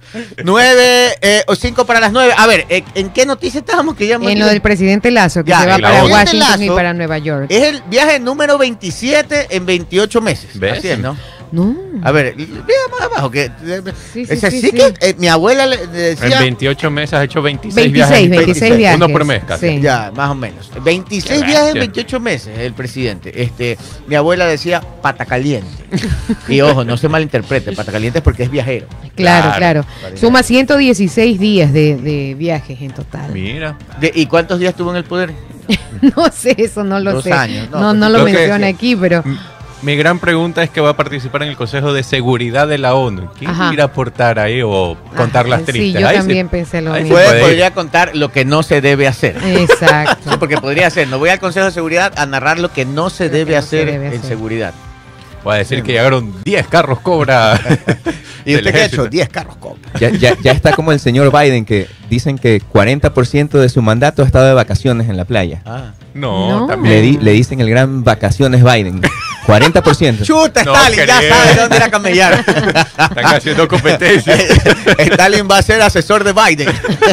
Nueve eh, o cinco para las nueve. A ver, eh, ¿en qué noticia estábamos que ya me En lo olvidé? del presidente Lazo, que Ya, se va el para presidente Washington y Lazo para Nueva York. Es el viaje número veintisiete en veintiocho meses. ¿Ves? Así es, ¿no? No. A ver, vea más abajo. Que, Sí, sí, ese sí, sí sí. que eh, mi abuela le, le En decía... veintiocho meses has hecho veintiséis, veintiséis, viajes. veintiséis viajes. Uno por mes casi. Sí. Ya, más o menos. veintiséis Qué viajes en bestia. veintiocho meses, el presidente. Este, mi abuela decía pata caliente. Y ojo, no se malinterprete, pata caliente es porque es viajero. Claro, Claro. claro. Suma ciento dieciséis días de, de viajes en total. Mira. De- ¿Y cuántos días estuvo en el poder? No sé, eso no lo Dos sé. años, no, No, pues, no lo lo que- menciona aquí, pero Mi gran pregunta es que va a participar en el Consejo de Seguridad de la ONU. ¿Quién Ajá. irá a aportar ahí o contar las Ah, tristes? Sí, yo Ahí también pensé lo ahí mismo. se Puede, puede ir. podría contar lo que no se debe hacer. Exacto. Sí, porque podría ser, no voy al Consejo de Seguridad a narrar lo que no se Lo que debe no se hacer debe en hacer. seguridad. Voy a decir que llegaron diez carros Cobra. ¿Y del usted qué ha ejército. hecho? diez carros Cobra. Ya, ya, ya está como el señor Biden, que dicen que cuarenta por ciento de su mandato ha estado de vacaciones en la playa. Ah. No, No. también. Le, di- le dicen el gran vacaciones Biden. cuarenta por ciento. Chuta, No Stalin, ya creo. sabe dónde ir a camellar. Están haciendo competencia. Stalin va a ser asesor de Biden.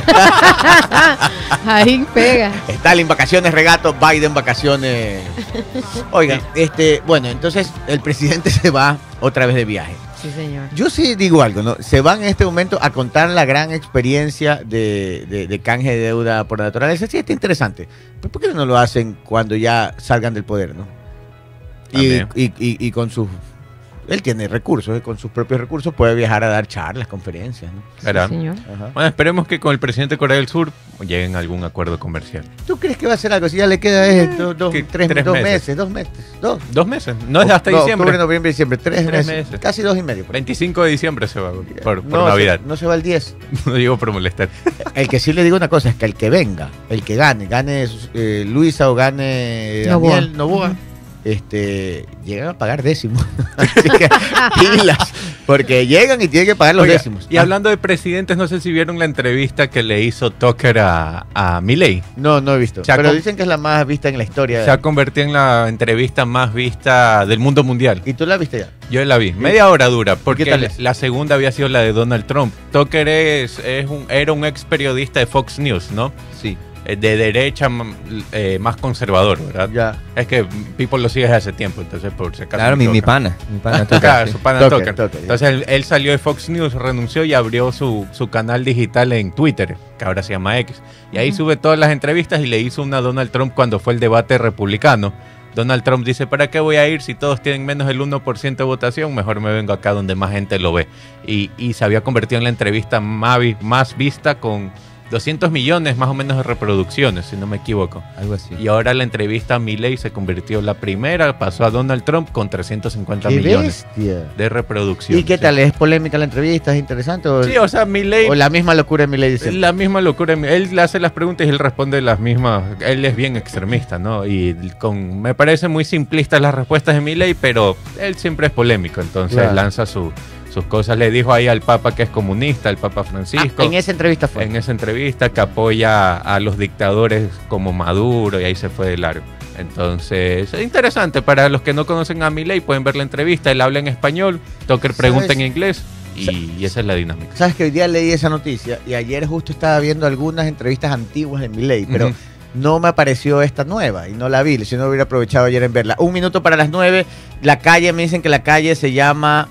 Ahí pega. Stalin vacaciones regato, Biden vacaciones. Oigan, este, bueno, entonces el presidente se va otra vez de viaje. Sí, señor. Yo sí digo algo, ¿no? Se van en este momento a contar la gran experiencia de, de- de canje de deuda por naturaleza. Sí, está interesante. Pero ¿por qué no lo hacen cuando ya salgan del poder, no? Y, También. y, y- y con sus... Él tiene recursos, ¿eh? Con sus propios recursos puede viajar a dar charlas, conferencias, ¿no? ¿Verdad? Sí, señor. Ajá. Bueno, esperemos que con el presidente de Corea del Sur lleguen a algún acuerdo comercial. ¿Tú crees que va a hacer algo? Si ya le queda eh, do- dos, que tres, tres dos meses. meses, dos meses, dos. Dos meses. No es hasta No, diciembre. Octubre, noviembre, diciembre, tres, Tres meses, meses. casi dos y medio. por ahí. veinticinco de diciembre se va por, por No, Navidad. Se, no se va el diez. No digo por molestar. El que sí le digo una cosa es que el que venga, el que gane, gane eh, Luisa o gane Novoa. Daniel Novoa, Ujú. este, llegan a pagar décimos. Así que pilas, porque llegan y tienen que pagar los Oiga, décimos. y Ah, hablando de presidentes, no sé si vieron la entrevista que le hizo Tucker a, a Milei. no, no he visto. Se ha Pero con- dicen que es la más vista en la historia. Se ha convertido en la entrevista más vista del mundo mundial. ¿Y tú la viste ya? Yo la vi. Media hora dura, porque qué tal la, es? la segunda había sido la de Donald Trump. Tucker es, es un, era un ex periodista de Fox News, ¿no? Sí. Eh, De derecha, m- eh, más conservador, ¿verdad? Ya. Es que People lo sigue desde hace tiempo, entonces por si acaso. Claro, me mi, mi equivoco. pana. Mi pana Tucker, Claro, sí. su pana Tucker, Tucker. Tucker, ya. Entonces él, él salió de Fox News, renunció y abrió su, su canal digital en Twitter, que ahora se llama X. Y ahí Ujú. sube todas las entrevistas y le hizo una a Donald Trump cuando fue el debate republicano. Donald Trump dice, ¿para qué voy a ir si todos tienen menos del uno por ciento de votación? Mejor me vengo acá donde más gente lo ve. Y, y se había convertido en la entrevista más, vi- más vista con doscientos millones más o menos de reproducciones, si no me equivoco. Algo así. Y ahora la entrevista a Milei se convirtió la primera, pasó a Donald Trump con trescientos cincuenta ¡Qué millones bestia! de reproducciones. ¿Y qué sí. tal? ¿Es polémica la entrevista? ¿Es interesante? ¿O, Sí, o sea, Milei, o la misma locura de Milei dice? la misma locura. Él le hace las preguntas y él responde las mismas. Él es bien extremista, ¿no? Y con me parece muy simplistas las respuestas de Milei, pero él siempre es polémico, entonces Claro. lanza su, sus cosas. Le dijo ahí al Papa que es comunista, al Papa Francisco. Ah, en esa entrevista fue. en esa entrevista que apoya a los dictadores como Maduro y ahí se fue de largo. Entonces, es interesante. Para los que no conocen a Milei, pueden ver la entrevista. Él habla en español, Tucker pregunta en ¿Sabes? inglés y, y esa es la dinámica. Sabes que hoy día leí esa noticia y ayer justo estaba viendo algunas entrevistas antiguas de Milei, pero Ujú. no me apareció esta nueva y no la vi, si no hubiera aprovechado ayer en verla. Un minuto para las nueve, la calle, me dicen que la calle se llama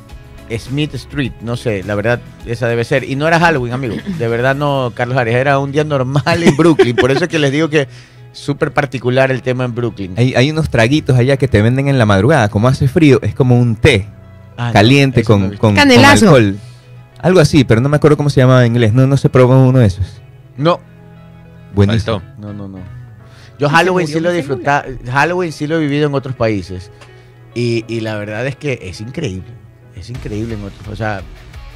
Smith Street, no sé, la verdad, esa debe ser. Y no era Halloween, amigo. De verdad no, Carlos Arias, era un día normal en Brooklyn. Por eso es que les digo que súper particular el tema en Brooklyn. Hay, hay unos traguitos allá que te venden en la madrugada, como hace frío, es como un té Ah, no, caliente eso no he con, visto. con, con Canelazo. alcohol. Algo así, pero no me acuerdo cómo se llamaba en inglés. No, no se probó uno de esos. No, Buenísimo. Faltó. no, no, no. Yo Halloween se sí murió lo he mi disfrutado, Halloween sí lo he vivido en otros países. Y, y la verdad es que es increíble, es increíble en otros. O sea,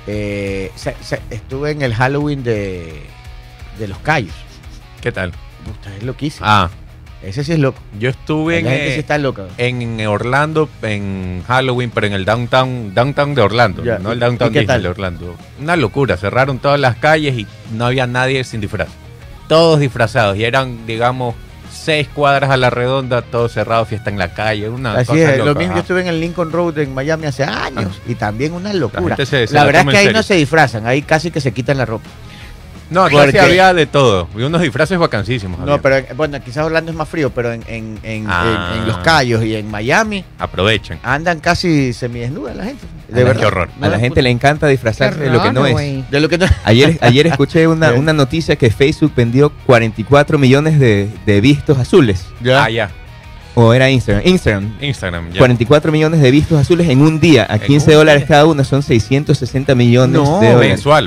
eh, se- se- estuve en el Halloween de, de Los Cayos. ¿Qué tal? Puta, es loquísimo. Ah, Ese sí es loco. yo estuve en, La gente eh, sí está loca. en Orlando en Halloween, pero en el downtown downtown de Orlando, Ya, no el ¿y- downtown y qué Disney tal? de Orlando. Una locura, cerraron todas las calles y no había nadie sin disfraz. Todos disfrazados y eran, digamos, seis cuadras a la redonda, todo cerrado, fiesta en la calle, una Así cosa es, lo loca, mismo, yo ajá. estuve en el Lincoln Road en Miami hace años y también una locura. gente se- se la la verdad es toma que en ahí serio. no se disfrazan, ahí casi que se quitan la ropa. No, aquí Porque- sí había de todo, y unos disfraces vacancísimos. No, había. pero en- bueno, quizás Orlando es más frío, pero en, en, en, Ah. en- en Los Cayos y en Miami Aprovechen. andan casi semidesnuda la gente. De A la- verdad. qué horror. No, A la gente le encanta disfrazarse de lo que no es. De lo que no Ayer, ayer escuché una, Sí. una noticia que Facebook vendió cuarenta y cuatro millones de, de vistos azules. Ya. Ah, ya. O era Instagram. Instagram. Instagram, ya. cuarenta y cuatro millones de vistos azules en un día. A En quince un dólares día. cada uno son seiscientos sesenta millones No. de dólares. Mensual.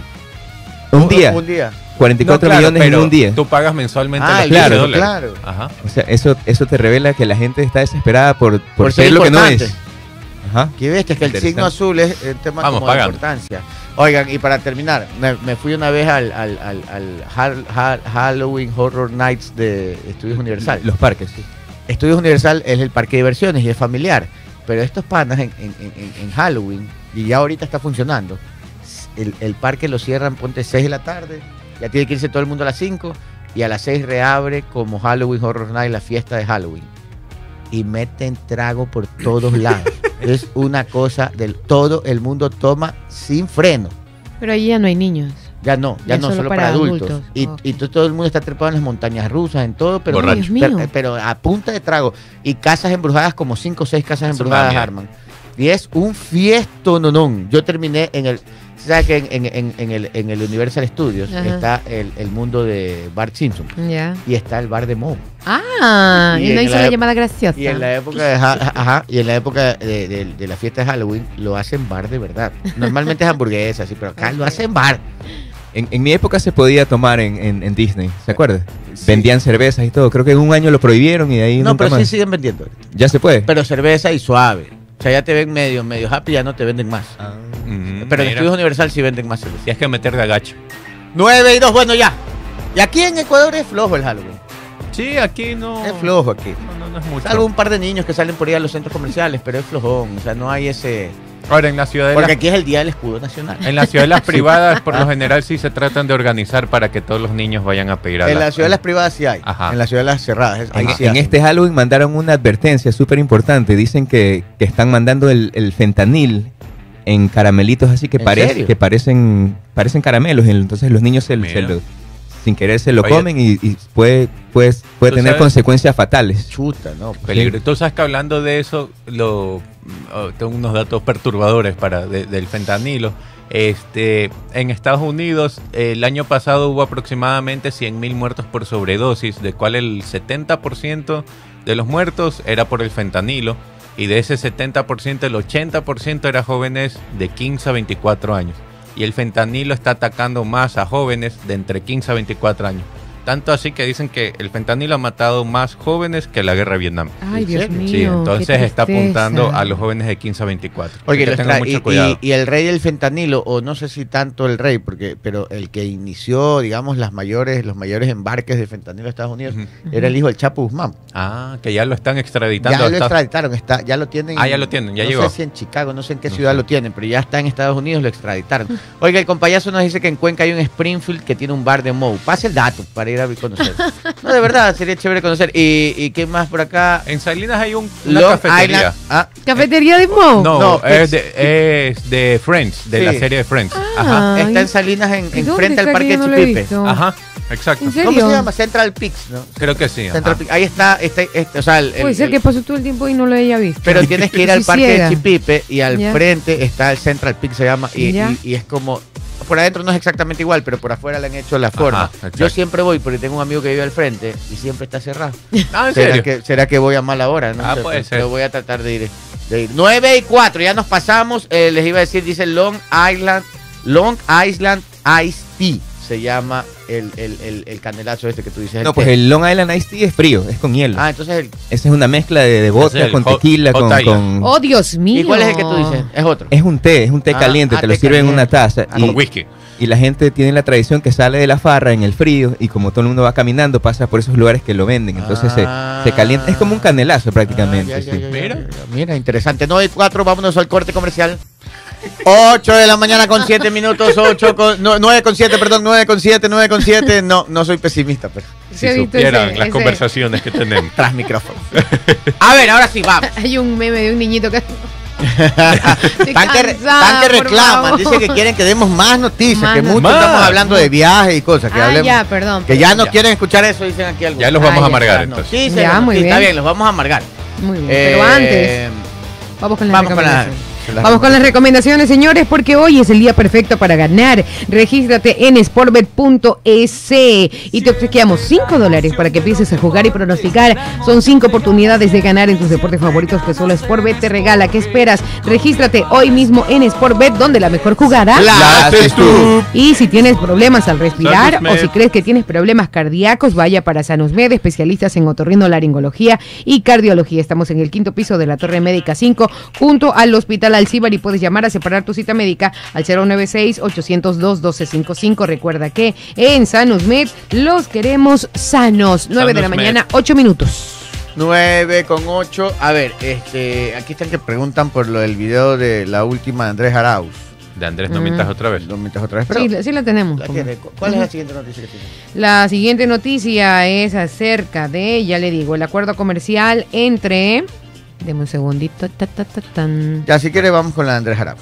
Un día. Un día. cuarenta y cuatro No, claro, millones en pero un día. Tú pagas mensualmente Ah, los el quince claro, dólares. claro. Ajá. O sea, eso, eso te revela que la gente está desesperada por, por, Por ser ser lo que no importante. es. Ajá. Qué bestia, es que el Interesante. signo azul es el tema Vamos, como de pagando. importancia. Oigan, y para terminar, me, me fui una vez al, al, al, al Hal- Hal- Halloween Horror Nights de Estudios Universal. Los parques, sí. Estudios Universal es el parque de diversiones y es familiar. Pero estos panas en, en- en- en Halloween, y ya ahorita está funcionando, el, el parque lo cierran, ponte seis de la tarde, ya tiene que irse todo el mundo a las cinco, y a las seis reabre como Halloween Horror Night, la fiesta de Halloween. Y meten trago por todos lados. Es una cosa del todo el mundo toma sin freno. Pero allí ya no hay niños. Ya no, ya, Ya no, solo solo para para adultos. adultos. Y, Ok. y todo, todo el mundo está trepado en las montañas rusas, en todo, pero, Borracho. Dios mío. pero, pero a punta de trago. Y casas embrujadas, como cinco o seis casas Eso embrujadas, me da arman. Y es un fiestononón. Yo terminé en el... ¿Sabes que en, en- en- en el, en el Universal Studios Ajá. está el, el mundo de Bart Simpson? Ya. Y está el bar de Moe. Ah, Y y, no en hizo la la ep- llamada graciosa. Y en la época de, ja- ajá, y en la época de, de- de la fiesta de Halloween lo hacen bar de verdad. Normalmente es hamburguesa, sí, pero acá lo hacen bar. En, en mi época se podía tomar en, en, en Disney, ¿se acuerda? Sí. Vendían cervezas y todo. Creo que en un año lo prohibieron y de ahí No, nunca pero más. sí siguen vendiendo. Ya se puede. Pero cerveza y suave. O sea, ya te ven medio, medio happy, ya no te venden más. Mm, Pero en mira. Estudios Universal sí venden más cerveza. Tienes que meter de agacho. nueve y dos, bueno, ya. Y aquí en Ecuador es flojo el Halloween. Sí, aquí no. Es flojo aquí. No, no, no es mucho. Salvo un par de niños que salen por ahí a los centros comerciales, pero es flojón. O sea, no hay ese... Ahora, en la ciudad de Porque las, aquí es el Día del Escudo Nacional. en las ciudades privadas, por lo general, sí se tratan de organizar para que todos los niños vayan a pedir a En la ciudad de las privadas sí hay. Ajá. En la ciudad de las cerradas. es- ahí En, sí en hacen. este Halloween mandaron una advertencia súper importante. Dicen que, que están mandando el, el fentanil en caramelitos así que, ¿En parece, serio? que parecen parecen caramelos. Entonces los niños se, Mira. se lo- sin querer se lo Oye. comen y, y puede, puede, puede ¿Tú tener sabes? consecuencias fatales. Chuta, ¿no? Pues, Peligro. Tú sabes que hablando de eso, lo, oh, tengo unos datos perturbadores para de- del fentanilo. Este, en Estados Unidos, el año pasado hubo aproximadamente cien mil muertos por sobredosis, de cual el setenta por ciento de los muertos era por el fentanilo. Y de ese setenta por ciento, el ochenta por ciento era jóvenes de quince a veinticuatro años. Y el fentanilo está atacando más a jóvenes de entre quince a veinticuatro años. Tanto así que dicen que el fentanilo ha matado más jóvenes que la guerra de Vietnam. Ay, ¿En Dios serio? mío. Sí, entonces qué está tristeza. apuntando a los jóvenes de quince a veinticuatro. Oye, Así que los tengan tra- mucho y, cuidado. y- y el rey del fentanilo, o no sé si tanto el rey, porque pero el que inició, digamos, las mayores, los mayores embarques de fentanilo a Estados Unidos Ujú. era el hijo del Chapo Guzmán. Ah, que ya lo están extraditando. Ya a lo Estados- extraditaron, está, ya lo tienen. Ah, ya lo tienen, ya no llegó. sé si en Chicago, no sé en qué No ciudad sé. lo tienen, pero ya está en Estados Unidos, lo extraditaron. Oiga, el compayazo nos dice que en Cuenca hay un Springfield que tiene un bar de Moe. Pase el dato para ir a conocer. No, de verdad, sería chévere conocer. ¿Y, y qué más por acá? En Salinas hay un, una Long cafetería. Island. Ah, ¿Cafetería de Mo? No, No, es, de, es de Friends, de Sí. la serie de Friends. Ah. Ajá. está en Salinas, en, ¿Y en dónde frente al está que Parque yo no lo he Chipipe. visto? Ajá, exacto. ¿En serio? ¿Cómo se llama? Central Peaks, ¿no? Creo que sí. Central ajá. Peaks. Ahí está, este, este, o sea, el, Puede el- ser el- que pasó todo el tiempo y no lo haya visto. pero tienes que ir al Parque Quisiera. de Chipipe y al Ya. frente está el Central Peak, se llama, y, Ya. y- y es como, por adentro no es exactamente igual, pero por afuera le han hecho la forma. exacto. Yo siempre voy porque tengo un amigo que vive al frente y siempre está cerrado. Ah, ¿en ¿Será serio? que, ¿Será que voy a mala hora? No Ah, sé, puede pero- ser. pero voy a tratar de ir. De ir. nueve y cuatro, ya nos pasamos. Eh, les iba a decir, dice Long Island, Long Island Iced Tea. Se llama el, el, el, el canelazo este que tú dices. No, pues té. el Long Island Iced Tea es frío, es con hielo. Ah, entonces el. Esa es una mezcla de, de vodka Es el con hot- tequila, hot con, Island. con- Oh, Dios mío. ¿Y cuál es el que tú dices? Es otro. Es un té, es un té Ah, caliente, ah, te lo té sirven en una caliente. taza. Ah, y, Con whisky. y la gente tiene la tradición que sale de la farra en el frío y como todo el mundo va caminando, pasa por esos lugares que lo venden. Entonces se- Ah. se, calienta. Es como un canelazo prácticamente. Ah, ya, ya, sí. ya, ya, Mira. ya, ya. Mira, interesante. nueve y cuatro, vámonos al corte comercial. ocho de la mañana con siete minutos, ocho con, no, nueve con siete, perdón, nueve con siete, nueve con siete. No, no soy pesimista, pero Se ha Si visto supieran ese- las ese- conversaciones que tenemos. tras micrófono. A ver, ahora sí, vamos. Hay un meme de un niñito que... Estoy Tan que, cansada, tan que por reclaman, favor. dice que quieren que demos más noticias, Más que mucho noticias. estamos hablando de viajes y cosas, que Ah, hablemos. ya, perdón. Que ya perdón. no quieren escuchar eso, dicen aquí algunos. Ya los vamos Ah, a ya. amargar No, entonces. sí, sí, Ya, no, muy sí, está bien. bien, los vamos a amargar. Muy bien, Eh, pero antes... Vamos con las vamos con la- recomendaciones. con las Vamos con las recomendaciones, señores, porque hoy es el día perfecto para ganar. Regístrate en sportbet punto es y te obsequiamos cinco dólares para que empieces a jugar y pronosticar. Son cinco oportunidades de ganar en tus deportes favoritos que solo Sportbet te regala. ¿Qué esperas? Regístrate hoy mismo en Sportbet, donde la mejor jugada La haces tú. Y si tienes problemas al respirar Sanusmed. o si crees que tienes problemas cardíacos, vaya para Sanusmed, especialistas en otorrinolaringología y cardiología. Estamos en el quinto piso de la Torre Médica cinco, junto al Hospital Alcíbar, y puedes llamar a separar tu cita médica al cero nueve seis, ocho cero dos, uno dos cinco cinco. Recuerda que en Sanusmed los queremos sanos. nueve de la Sanusmed. mañana, ocho minutos. nueve con ocho. A ver, este, aquí están que preguntan por lo del video de la última de Andrés Arauz. De Andrés, no Mm. mientas otra vez. No mientas otra vez, pero Sí, la- sí la tenemos. la tiene. ¿Cuál es la siguiente noticia que tiene? La siguiente noticia es acerca de, ya le digo, el acuerdo comercial entre... Deme un segundito. Ta, ta, ta, tan. Ya, si quiere, vamos con la de Andrés Arauz.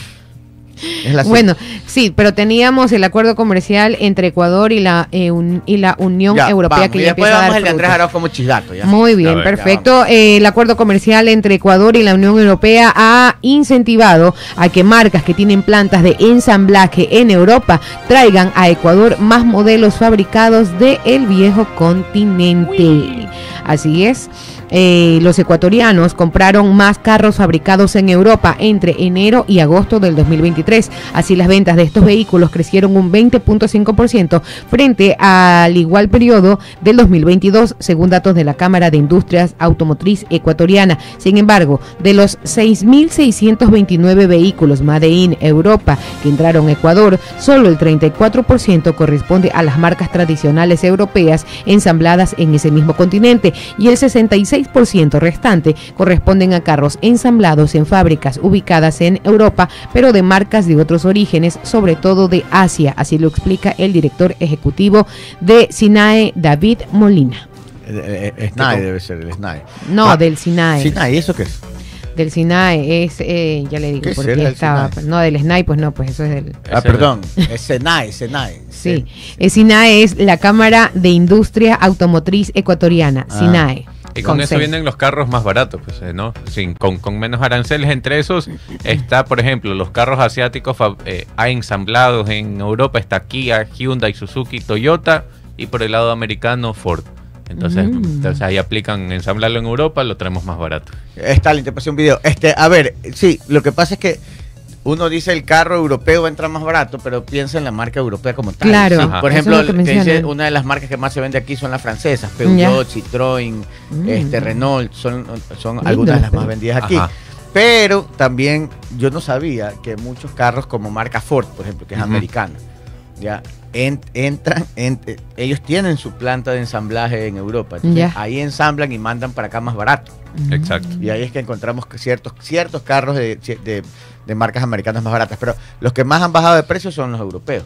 Es la Bueno, sí, pero teníamos el acuerdo comercial entre Ecuador y la, eh, un- y la Unión Ya, Europea, vamos, que y ya después empieza a vamos dar el de Andrés frutos. Arauz como chisdato, ¿ya? Muy A bien, ver, perfecto. Eh, el acuerdo comercial entre Ecuador y la Unión Europea ha incentivado a que marcas que tienen plantas de ensamblaje en Europa traigan a Ecuador más modelos fabricados del viejo continente. Así es. Eh, los ecuatorianos compraron más carros fabricados en Europa entre enero y agosto del dos mil veintitrés. Así, las ventas de estos vehículos crecieron un veinte punto cinco por ciento frente al igual periodo del dos mil veintidós, según datos de la Cámara de Industrias Automotriz Ecuatoriana. Sin embargo, de los seis mil seiscientos veintinueve vehículos Made in Europa que entraron a Ecuador, solo el treinta y cuatro por ciento corresponde a las marcas tradicionales europeas ensambladas en ese mismo continente, y el sesenta y seis por ciento restante corresponden a carros ensamblados en fábricas ubicadas en Europa, pero de marcas de otros orígenes, sobre todo de Asia. Así lo explica el director ejecutivo de SINAE, David Molina. Eh, eh, SNAE debe ser, el SNAE. No, Ah, del SINAE. SNAE, ¿y eso qué es? Del SINAE es, eh, ya le digo, ¿Qué porque será el estaba. SINAE? No, del SNAE, pues no, pues eso es del. Ah, Ese perdón, es SENAE, SENAE. Sí, el SINAE es la Cámara de Industria Automotriz Ecuatoriana, Ah. SINAE. Y con Con eso C. vienen los carros más baratos, pues, eh, ¿no? Sin, con, con menos aranceles. Entre esos está, por ejemplo, los carros asiáticos fab- eh, ensamblados en Europa. Está Kia, Hyundai, Suzuki, Toyota. Y por el lado americano, Ford. Entonces, Mm. entonces ahí aplican ensamblarlo en Europa, lo traemos más barato. Stalin, te pasé un video. Este, a ver, sí, lo que pasa es que uno dice el carro europeo va a entrar más barato, pero piensa en la marca europea como tal. Claro, Sí, Ajá. por eso ejemplo, es lo que te dice, mencionan. una de las marcas que más se vende aquí son las francesas, Ya. Peugeot, Citroën, Mm. este, Renault, son, son Lindo, algunas de las pero- más vendidas aquí. Ajá. Pero también yo no sabía que muchos carros como marca Ford, por ejemplo, que es Ujú. americana, ya en- entran, en- eh, ellos tienen su planta de ensamblaje en Europa. Entonces, Ya. ahí ensamblan y mandan para acá más barato. Exacto. Y ahí es que encontramos que ciertos, ciertos carros de, de- de marcas americanas más baratas. Pero los que más han bajado de precio son los europeos.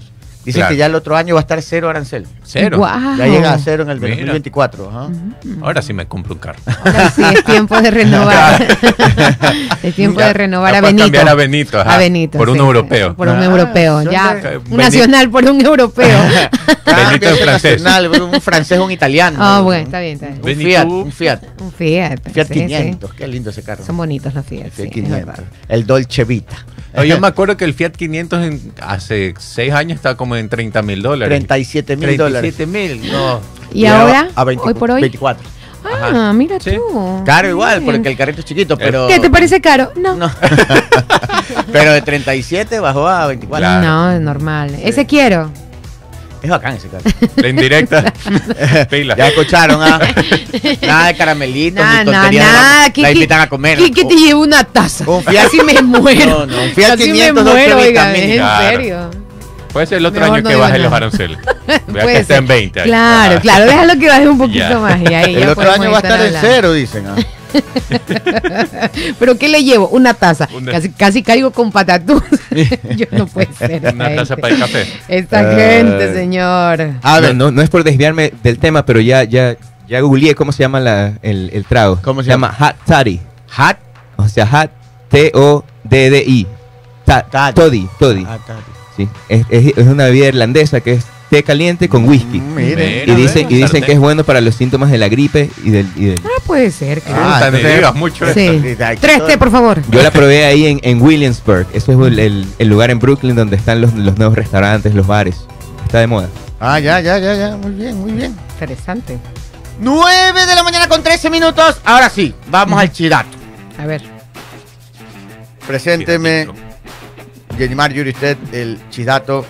Dicen Claro. que ya el otro año va a estar cero arancel. Cero. Guau. Ya llega a cero en el de Mira. dos mil veinticuatro. Ajá. Ahora sí me compro un carro. Ahora sí es tiempo de renovar. Es tiempo Ya, de renovar ya a puedes Benito. cambiar a Benito, ajá, A Benito, por un sí. europeo. Por un Ah, europeo. son Ya, de- un Benito- nacional por un europeo. Benito en francés. nacional, un francés, un italiano. Ah, bueno, está bien, está bien. Un Benito. Fiat, un Fiat. Un Fiat. Fiat sí, quinientos, qué lindo ese carro. sí. Son bonitos los Fiat. El sí, Fiat es quinientos. verdad. El Dolce Vita. No, yo me acuerdo que el Fiat quinientos en- hace seis años estaba como en treinta mil dólares. treinta y siete mil dólares. treinta y siete mil, no. ¿Y ahora? A veinte, Hoy por hoy. veinticuatro. Ah, Ajá. mira Sí. tú. Caro igual, Bien. porque el carrito es chiquito, pero... ¿Qué te parece caro? No. No. Pero de treinta y siete bajó a veinticuatro. Claro. No, es normal. Ese quiero. Es bacán ese carro. La indirecta. Pila. Ya escucharon, ¿ah? Nada de caramelitos, Nada, ni nada, tonterías. nada. La, ¿Qué- la qué- invitan a comer. ¿Qué, qué te llevo una taza? Un Fiat- Casi me muero. No, no, un Fiat Casi quinientos me Dolce muero, Vita oiga, Mini. en Claro. serio. Puede ser el otro Mejor año no que digo bajen los nada. aranceles. Vea Puede que está ser. en veinte. ahí. Claro, Ajá. claro, déjalo que baje un poquito Ya. más y ahí El ya otro podemos año va a estar en hablando. cero, dicen. ¿ah? Pero ¿qué le llevo? Una taza. Una- Casi, casi caigo con patatús. Yo no puede ser. Una esta taza gente. para el café. Esta Eh. gente, señor. A ver, no, no, no es por desviarme del tema, pero ya, ya, ya googleé cómo se llama la- el, el trago. ¿Cómo se se llama Hot Toddy. Hat. O sea, Hot T O D D I. Ta- Toddy. Toddy. Toddy. Ah, está. Sí. Es, es- es una bebida irlandesa que es té caliente con whisky. Mm, mire. Mira, Y dicen, ve, y dicen sartén. que es bueno para los síntomas de la gripe y del... y del- Ah, puede ser, claro. Ah, Puta, ni entonces- digas mucho Sí. esto. Aquí Tres todo- té, por favor. Yo la probé ahí en, en Williamsburg. Eso es el, el- el lugar en Brooklyn donde están los, los nuevos restaurantes, los bares. Está de moda. Ah, ya, ya, ya, ya. Muy bien, muy bien. Interesante. nueve de la mañana con trece minutos. Ahora sí, vamos al chidato. A ver. Presénteme, Yenimar Yuri, usted el chidato.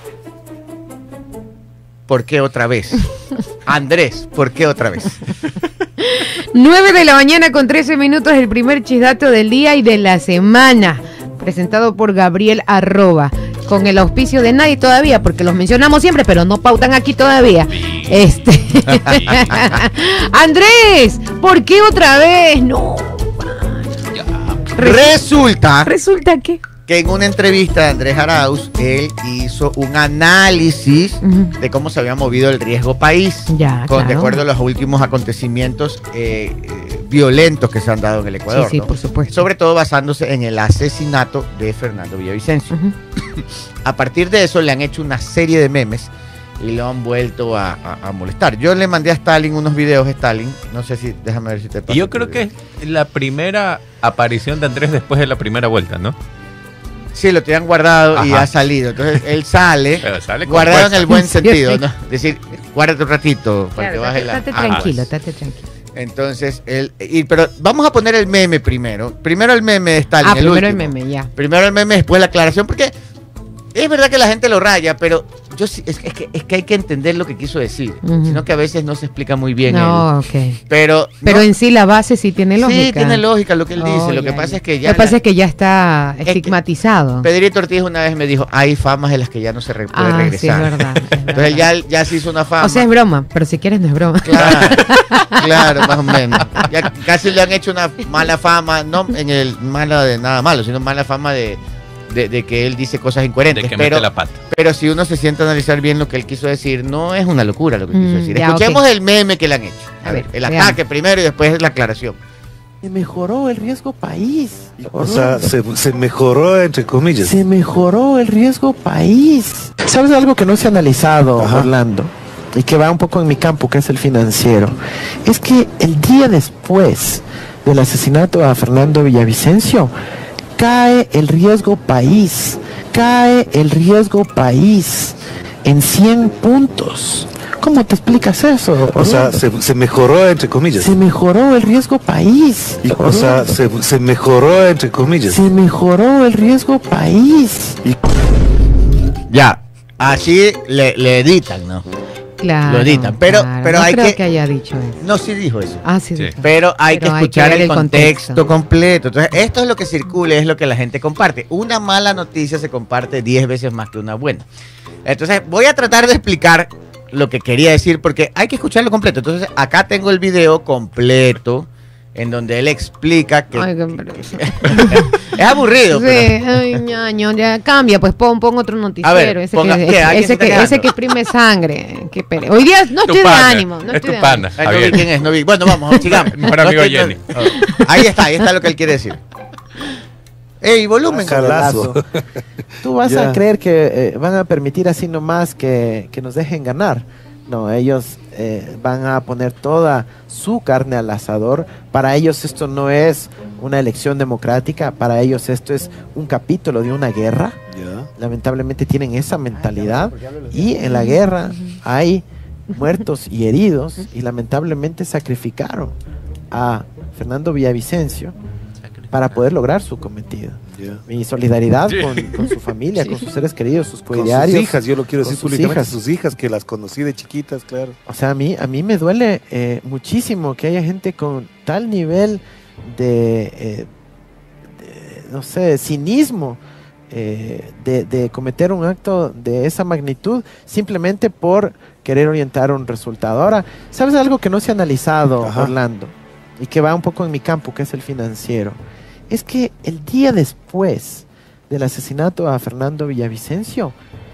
¿Por qué otra vez? Andrés, ¿por qué otra vez? nueve de la mañana con trece minutos, el primer chisdato del día y de la semana. Presentado por Gabriel Arroba. Con el auspicio de nadie todavía, porque los mencionamos siempre, pero no pautan aquí todavía. Este. Andrés, ¿por qué otra vez? No. Resulta Resulta que. que en una entrevista de Andrés Arauz, él hizo un análisis Ujú. de cómo se había movido el riesgo país, Ya, con, de claro. acuerdo a los últimos acontecimientos eh, eh, violentos que se han dado en el Ecuador. Sí, sí, ¿no? por supuesto. Sobre todo basándose en el asesinato de Fernando Villavicencio. Ujú. A partir de eso le han hecho una serie de memes y lo han vuelto a, a- a molestar. Yo le mandé a Stalin unos videos, Stalin, no sé si, déjame ver si te pasa. Y yo creo que es la primera aparición de Andrés después de la primera vuelta, ¿no? Sí, lo tenían guardado y Ajá. ha salido. Entonces él sale, Pero sale con guardado en fuerza. el buen Sí, sentido, sí. ¿no? Es decir, guárdate un ratito para que Claro, baje estate, la... estate Ah, tranquilo, pues. estate tranquilo. Entonces, él, y, pero vamos a poner el meme primero. Primero el meme de Stalin. Ah, primero el último. meme, ya. Primero el meme, después la aclaración, porque es verdad que la gente lo raya, pero yo sí, es, que- es que, es que hay que entender lo que quiso decir, Ujú. sino que a veces no se explica muy bien. No, él. ok. Pero, Pero no- en sí la base sí tiene lógica. sí tiene lógica lo que él dice. Oh, Lo que ya, pasa ya. es que ya Lo que pasa la- es que ya está que estigmatizado. Pedrito Ortiz una vez me dijo, hay famas de las que ya no se re- puede Ah, sí, es regresar. verdad. es Entonces él verdad. ya, ya se hizo una fama. O sea, es broma, pero si quieres no es broma. Claro, claro, más o menos. Ya casi le han hecho una mala fama, no en el mala de nada malo, sino mala fama de, de, de que él dice cosas De incoherentes. que pero, mete la pata. pero si uno se siente a analizar bien lo que él quiso decir, no es una locura lo que quiso Mm, decir. ya, Escuchemos ok. el meme que le han hecho. A, A ver, ver, el veamos. ataque primero y después la aclaración. Se mejoró el riesgo país. O sea, se, se mejoró entre comillas. Se mejoró el riesgo país. ¿Sabes algo que no se ha analizado, Ajá. Orlando? Y que va un poco en mi campo, que es el financiero. Es que el día después del asesinato a Fernando Villavicencio, cae el riesgo país. Cae el riesgo país en cien puntos. ¿Cómo te explicas eso? O sea, Orlando? se, se mejoró entre comillas. Se mejoró el riesgo país. Y- o sea, Orlando. se, se mejoró entre comillas. Se mejoró el riesgo país. Ya, así le, le editan, ¿no? Claro. Lo editan, pero- claro. pero no hay creo que- que... haya dicho eso. No, sí dijo eso. Ah, sí, Sí. dijo. Pero hay Pero que hay que escuchar ver el el contexto, contexto. completo. Entonces, esto es lo que circula, es lo que la gente comparte. Una mala noticia se comparte diez veces más que una buena. Entonces, voy a tratar de explicar lo que quería decir porque hay que escucharlo completo. Entonces, acá tengo el video completo en donde él explica que... Ay, qué que- pereza. es aburrido, Sí, pero... ay, ñaño, ya cambia, pues pon, pon otro noticiero. A ver, ese, ponga- que, ¿qué? ese, ¿Alguien se ese está que, quedando? ese que exprime sangre. Qué pere- Hoy día no Tu estoy de pana, ánimo. No es estoy tu de pana. ánimo. Ay, no vi Javier. quién es, no vi. Bueno, vamos, sigamos. Mejor No amigo estoy- Jenny. Oh, ahí está, ahí está lo que él quiere decir. Ey, volumen. Jalazo. Tú vas Ya. a creer que eh, van a permitir así nomás que, que nos dejen ganar. No, ellos eh, van a poner toda su carne al asador. Para ellos esto no es una elección democrática, para ellos esto es un capítulo de una guerra. Ya. Lamentablemente tienen esa mentalidad y en la guerra hay muertos y heridos y lamentablemente sacrificaron a Fernando Villavicencio para poder lograr su cometido. Ya. Mi solidaridad Sí. con, con su familia, con sus seres queridos, sus Con sus coediarios. hijas, yo lo quiero con decir sus públicamente, hijas. sus hijas, que las conocí de chiquitas, claro. O sea, a mí, a mí me duele eh, muchísimo que haya gente con tal nivel de, eh, de, no sé, cinismo, eh, de, de cometer un acto de esa magnitud simplemente por querer orientar un resultado. Ahora, ¿sabes algo que no se ha analizado, Ajá. Orlando? Y que va un poco en mi campo, que es el financiero. Es que el día después del asesinato a Fernando Villavicencio,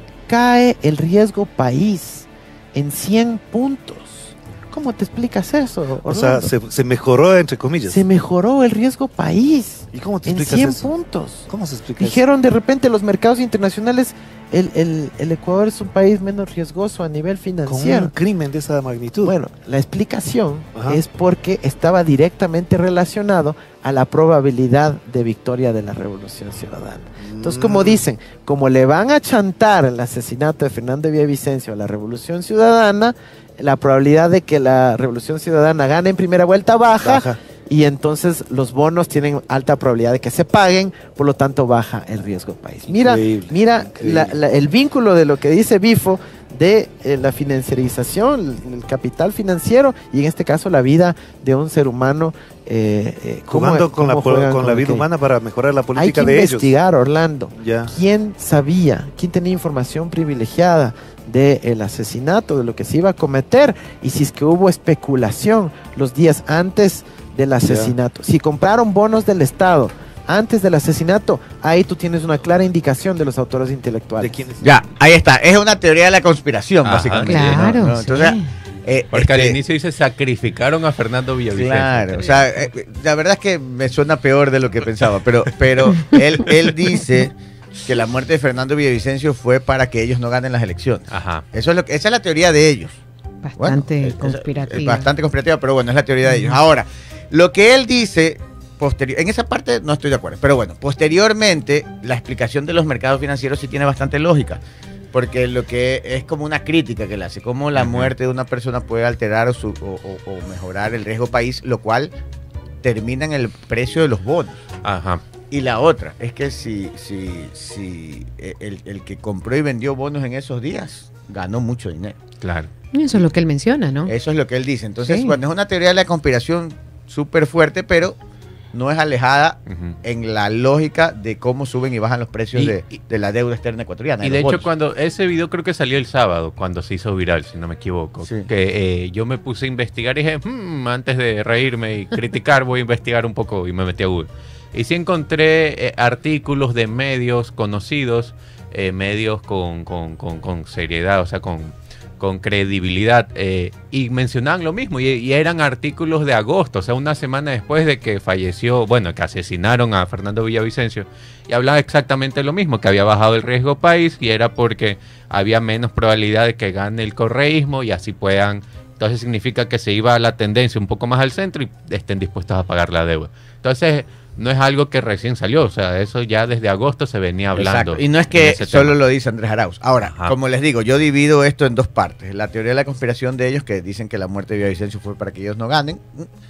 cae el riesgo país en cien puntos. ¿Cómo te explicas eso, O sea, Orlando? se, se mejoró entre comillas. Se mejoró el riesgo país ¿Y cómo te en explicas cien eso? puntos. ¿Cómo se explica eso? Dijeron de repente los mercados internacionales, el, el- el Ecuador es un país menos riesgoso a nivel Con financiero. un crimen de esa magnitud. Bueno, la explicación Ajá. es porque estaba directamente relacionado a la probabilidad de victoria de la Revolución Ciudadana. Entonces, como Mm. dicen, como le van a chantar el asesinato de Fernando Villavicencio a la Revolución Ciudadana, la probabilidad de que la Revolución Ciudadana gane en primera vuelta baja, Baja. y entonces los bonos tienen alta probabilidad de que se paguen, por lo tanto baja el riesgo país. Mira, Increíble, mira increíble. la- la- el vínculo de lo que dice Bifo de eh, la financiarización, el, el capital financiero y en este caso la vida de un ser humano. Eh, eh, cómo- Jugando con, la, cómo po- juegan con la vida aquello. humana para mejorar la Hay política que de ellos. investigar, Orlando. Ya. ¿Quién sabía, quién tenía información privilegiada del asesinato, de lo que se iba a cometer y si es que hubo especulación los días antes del asesinato? Si compraron bonos del Estado antes del asesinato, ahí tú tienes una clara indicación de los autores intelectuales. ¿De quiénes? Ya, ahí está. Es una teoría de la conspiración, Ajá. básicamente. Claro, ¿no? ¿No? sí. Entonces, eh, Porque al este, inicio dice sacrificaron a Fernando Villavicencio. Claro, o sea, eh, la verdad es que me suena peor de lo que pensaba, pero, pero él, él dice que la muerte de Fernando Villavicencio fue para que ellos no ganen las elecciones. Ajá. Eso es lo que, esa es la teoría de ellos. Bueno, Bastante es- es- conspirativa. es bastante conspirativa, pero bueno, es la teoría de ellos. Ahora, lo que él dice, posterior, en esa parte no estoy de acuerdo, pero bueno, posteriormente, la explicación de los mercados financieros sí tiene bastante lógica, porque lo que es como una crítica que le hace, cómo la Ujú. muerte de una persona puede alterar o, su- o- o- o mejorar el riesgo país, lo cual termina en el precio de los bonos. Ajá. Y la otra es que si, si, si eh, el, el que compró y vendió bonos en esos días ganó mucho dinero. Claro. Y eso es lo que él menciona, ¿no? Eso es lo que él dice. Entonces, Sí. bueno, es una teoría de la conspiración súper fuerte, pero no es alejada Ujú. en la lógica de cómo suben y bajan los precios Y- de, y- de la deuda externa ecuatoriana. Y de de los hecho, bonos. cuando ese video creo que salió el sábado, cuando se hizo viral, si no me equivoco, Sí. que eh, yo me puse a investigar y dije, "Hmm, antes de reírme y criticar, voy a investigar un poco y me metí a Google. Y sí encontré eh, artículos de medios conocidos, eh, medios con, con, con, con seriedad, o sea, con, con credibilidad, eh, y mencionaban lo mismo, y, y eran artículos de agosto, o sea, una semana después de que falleció, bueno, que asesinaron a Fernando Villavicencio, y hablaba exactamente lo mismo, que había bajado el riesgo país, y era porque había menos probabilidad de que gane el correísmo, y así puedan, entonces significa que se iba a la tendencia un poco más al centro, y estén dispuestos a pagar la deuda. Entonces, no es algo que recién salió, o sea, eso ya desde agosto se venía hablando. Exacto. Y no es en que ese solo tema. lo dice Andrés Arauz. Ahora, Ajá. como les digo, yo divido esto en dos partes. La teoría de la conspiración de ellos, que dicen que la muerte de Villavicencio fue para que ellos no ganen.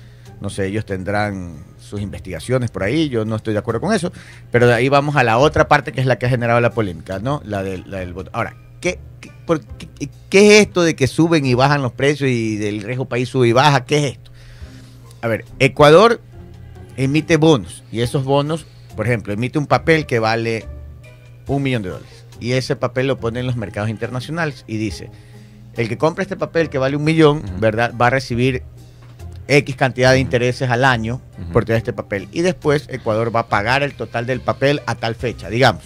No sé, ellos tendrán sus investigaciones por ahí, yo no estoy de acuerdo con eso. Pero de ahí vamos a la otra parte, que es la que ha generado la polémica, ¿no? La del, la del voto. Ahora, ¿qué, qué, por qué- qué es esto de que suben y bajan los precios y del riesgo país sube y baja? ¿Qué es esto? A ver, Ecuador emite bonos, y esos bonos, por ejemplo, emite un papel que vale un millón de dólares, y ese papel lo pone en los mercados internacionales y dice, el que compra este papel que vale un millón, Ujú. ¿verdad?, va a recibir X cantidad de intereses al año uh-huh. por tener este papel. Y después Ecuador va a pagar el total del papel a tal fecha, digamos.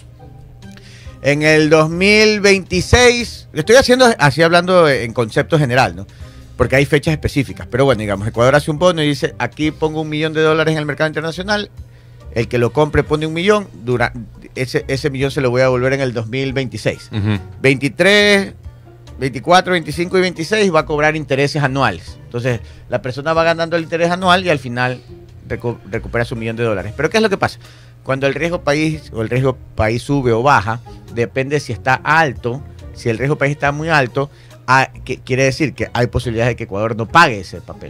En el dos mil veintiséis, le estoy haciendo así hablando en concepto general, ¿no? Porque hay fechas específicas. Pero bueno, digamos, Ecuador hace un bono y dice, aquí pongo un millón de dólares en el mercado internacional, el que lo compre pone un millón, dura, ese, ese millón se lo voy a devolver en el dos mil veintiséis. Uh-huh. veintitrés, veinticuatro, veinticinco y veintiséis va a cobrar intereses anuales. Entonces, la persona va ganando el interés anual y al final recu- recupera su millón de dólares. Pero ¿qué es lo que pasa? Cuando el riesgo país o el riesgo país sube o baja, depende si está alto. Si el riesgo país está muy alto, a, que, quiere decir que hay posibilidades de que Ecuador no pague ese papel.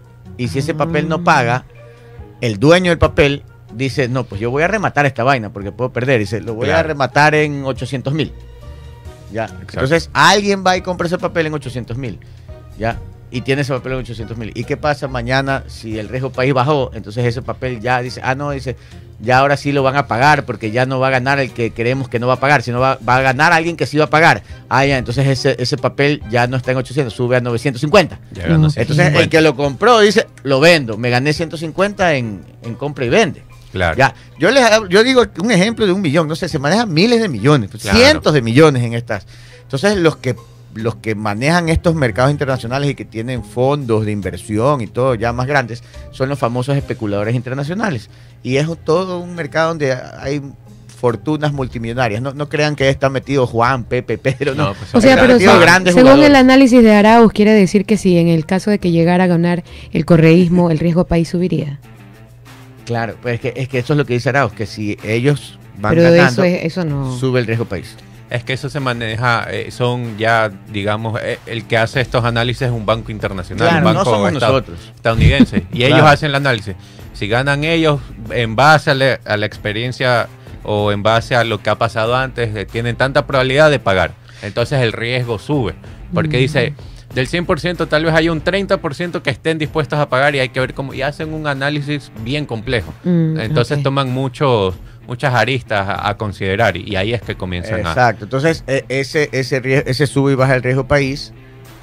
Y si ese papel no paga, el dueño del papel dice, no, pues yo voy a rematar esta vaina porque puedo perder. Dice, lo voy claro. a rematar en ochocientos mil. Ya. Entonces, alguien va y compra ese papel en ochocientos mil. Ya. Y tiene ese papel en ochocientos mil. ¿Y qué pasa mañana si el riesgo país bajó? Entonces ese papel ya dice, ah, no, dice, ya ahora sí lo van a pagar porque ya no va a ganar el que creemos que no va a pagar, sino va, va a ganar alguien que sí va a pagar. Ah, ya, entonces ese, ese papel ya no está en ochocientos, sube a novecientos cincuenta. Ya ganó ciento cincuenta. Entonces el que lo compró dice, lo vendo, me gané ciento cincuenta en, en compra y vende. Claro. Ya, yo les yo digo un ejemplo de un millón, no sé, se manejan miles de millones, claro. cientos de millones en estas. Entonces los que los que manejan estos mercados internacionales y que tienen fondos de inversión y todo ya más grandes, son los famosos especuladores internacionales. Y es todo un mercado donde hay fortunas multimillonarias. No, no crean que está metido Juan, Pepe, Pedro, no. no pues o sea, pero se, grandes según jugadores. El análisis de Arauz, quiere decir que si en el caso de que llegara a ganar el correísmo, el riesgo país subiría. Claro, pues es que, es que eso es lo que dice Arauz, que si ellos van pero ganando, eso, es, eso no... sube el riesgo país. Es que eso se maneja, eh, son ya, digamos, eh, el que hace estos análisis es un banco internacional, claro, un banco no somos estad- nosotros. estadounidense. Y Claro. ellos hacen el análisis. Si ganan ellos, en base a, le, a la experiencia o en base a lo que ha pasado antes, eh, tienen tanta probabilidad de pagar. Entonces el riesgo sube. Porque mm. dice, del cien por ciento tal vez hay un treinta por ciento que estén dispuestos a pagar y hay que ver cómo... Y hacen un análisis bien complejo. Mm, Entonces okay. toman muchos... muchas aristas a, a considerar y, y ahí es que comienzan Exacto. a... Exacto, entonces e, ese, ese, ries- ese sube y baja el riesgo país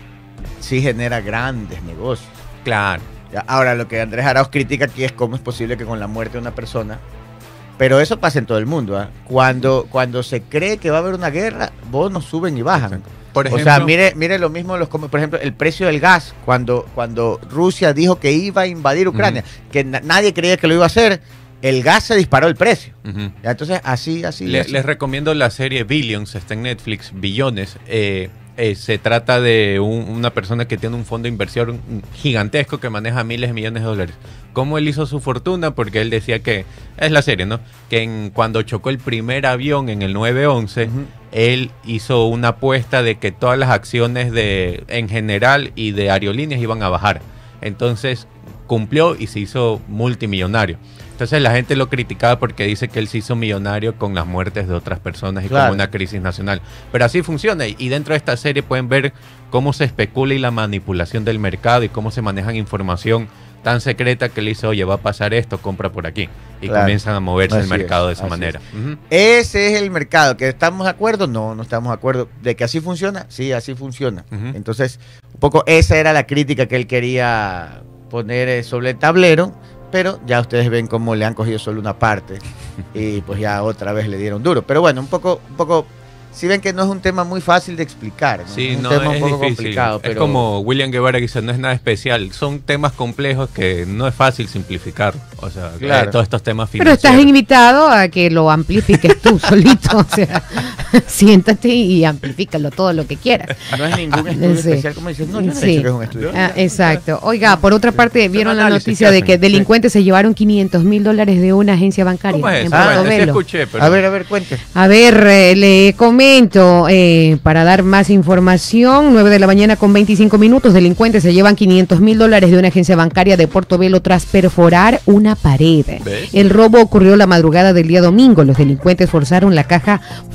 sí genera grandes negocios. Claro. Ya, ahora, lo que Andrés Arauz critica aquí es cómo es posible que con la muerte de una persona, pero eso pasa en todo el mundo, ¿eh? Cuando, cuando se cree que va a haber una guerra, bonos suben y bajan. Por ejemplo, o sea, mire, mire lo mismo, los, por ejemplo, el precio del gas, cuando, cuando Rusia dijo que iba a invadir Ucrania, uh-huh. que na- nadie creía que lo iba a hacer, el gas se disparó el precio. Uh-huh. Ya, entonces, así, así, Le, así. Les recomiendo la serie Billions, está en Netflix, Billones. Eh, eh, se trata de un, una persona que tiene un fondo de inversión gigantesco que maneja miles de millones de dólares. ¿Cómo él hizo su fortuna? Porque él decía que, es la serie, ¿no? Que en, cuando chocó el primer avión en el nueve once, uh-huh. él hizo una apuesta de que todas las acciones de en general y de aerolíneas iban a bajar. Entonces cumplió y se hizo multimillonario. Entonces la gente lo criticaba porque dice que él se hizo millonario con las muertes de otras personas y claro. con una crisis nacional. Pero así funciona y dentro de esta serie pueden ver cómo se especula y la manipulación del mercado y cómo se manejan información tan secreta que le dice, oye, va a pasar esto, compra por aquí. Y claro. comienzan a moverse así el mercado es, de esa manera. Uh-huh. Ese es el mercado. ¿Que estamos de acuerdo? No, no estamos de acuerdo. ¿De que así funciona? Sí, así funciona. Uh-huh. Entonces, un poco esa era la crítica que él quería poner sobre el tablero. Pero ya ustedes ven cómo le han cogido solo una parte y pues ya otra vez le dieron duro. Pero bueno, un poco, un poco, si ven que no es un tema muy fácil de explicar, ¿no? Sí, es un no, tema es un poco difícil. complicado. Es pero... como William Guevara dice, no es nada especial. Son temas complejos que no es fácil simplificar. O sea, claro. eh, todos estos temas financieros. Pero estás invitado a que lo amplifiques tú solito. O sea, siéntate y amplifícalo todo lo que quieras. No es ningún estudio sí. especial, como dices, no, yo no sí. he dicho que es un estudio. Ah, exacto. Oiga, por otra parte, ¿vieron la noticia de que delincuentes sí. se llevaron quinientos mil dólares de una agencia bancaria? ¿Cómo es en eso? Portobelo? Ah, sí escuché, pero... A ver, a ver, cuente. A ver, eh, le comento, eh, para dar más información, nueve de la mañana con veinticinco minutos, delincuentes se llevan quinientos mil dólares de una agencia bancaria de Portobelo tras perforar una pared. ¿Ves? El robo ocurrió la madrugada del día domingo. Los delincuentes forzaron la caja fuerte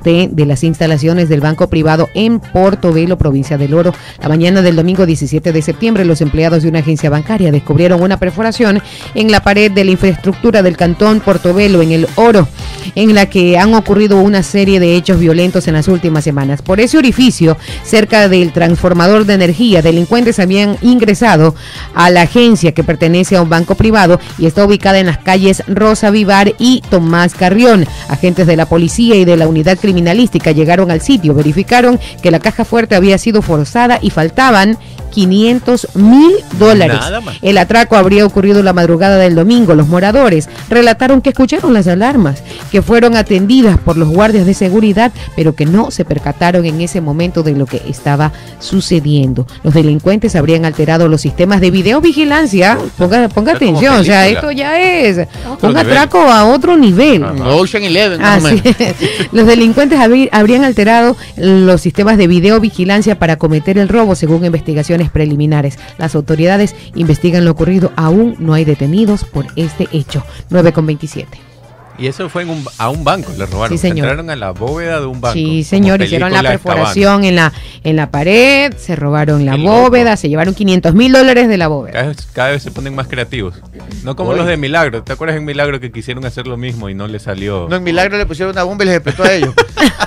norte de las instalaciones del banco privado en Portobelo, provincia del Oro. La mañana del domingo diecisiete de septiembre, los empleados de una agencia bancaria descubrieron una perforación en la pared de la infraestructura del cantón Portobelo, en el Oro, en la que han ocurrido una serie de hechos violentos en las últimas semanas. Por ese orificio, cerca del transformador de energía, delincuentes habían ingresado a la agencia, que pertenece a un banco privado y está ubicada en las calles Rosa Vivar y Tomás Carrión. Agentes de la policía y de la unidad criminalística llegaron al sitio, verificaron que la caja fuerte había sido forzada y faltaban quinientos mil dólares. El atraco habría ocurrido la madrugada del domingo. Los moradores relataron que escucharon las alarmas, que fueron atendidas por los guardias de seguridad, pero que no se percataron en ese momento de lo que estaba sucediendo. Los delincuentes habrían alterado los sistemas de videovigilancia. Ponga, ponga atención, o sea, esto ya es otro un nivel. Atraco a otro nivel. Ocean Eleven, más o menos. Los delincuentes habrí, habrían alterado los sistemas de videovigilancia para cometer el robo, según investigaciones preliminares. Las autoridades investigan lo ocurrido. Aún no hay detenidos por este hecho. nueve con veintisiete. Y eso fue en un, a un banco, le robaron. Sí, señor. Entraron a la bóveda de un banco. Sí, señor, hicieron la perforación en la, en la pared, se robaron la Qué bóveda, loco. Se llevaron quinientos mil dólares de la bóveda. Cada vez, cada vez se ponen más creativos. No como Oye. los de Milagro. ¿Te acuerdas en Milagro que quisieron hacer lo mismo y no les salió? No, en Milagro le pusieron una bomba y les explotó a ellos.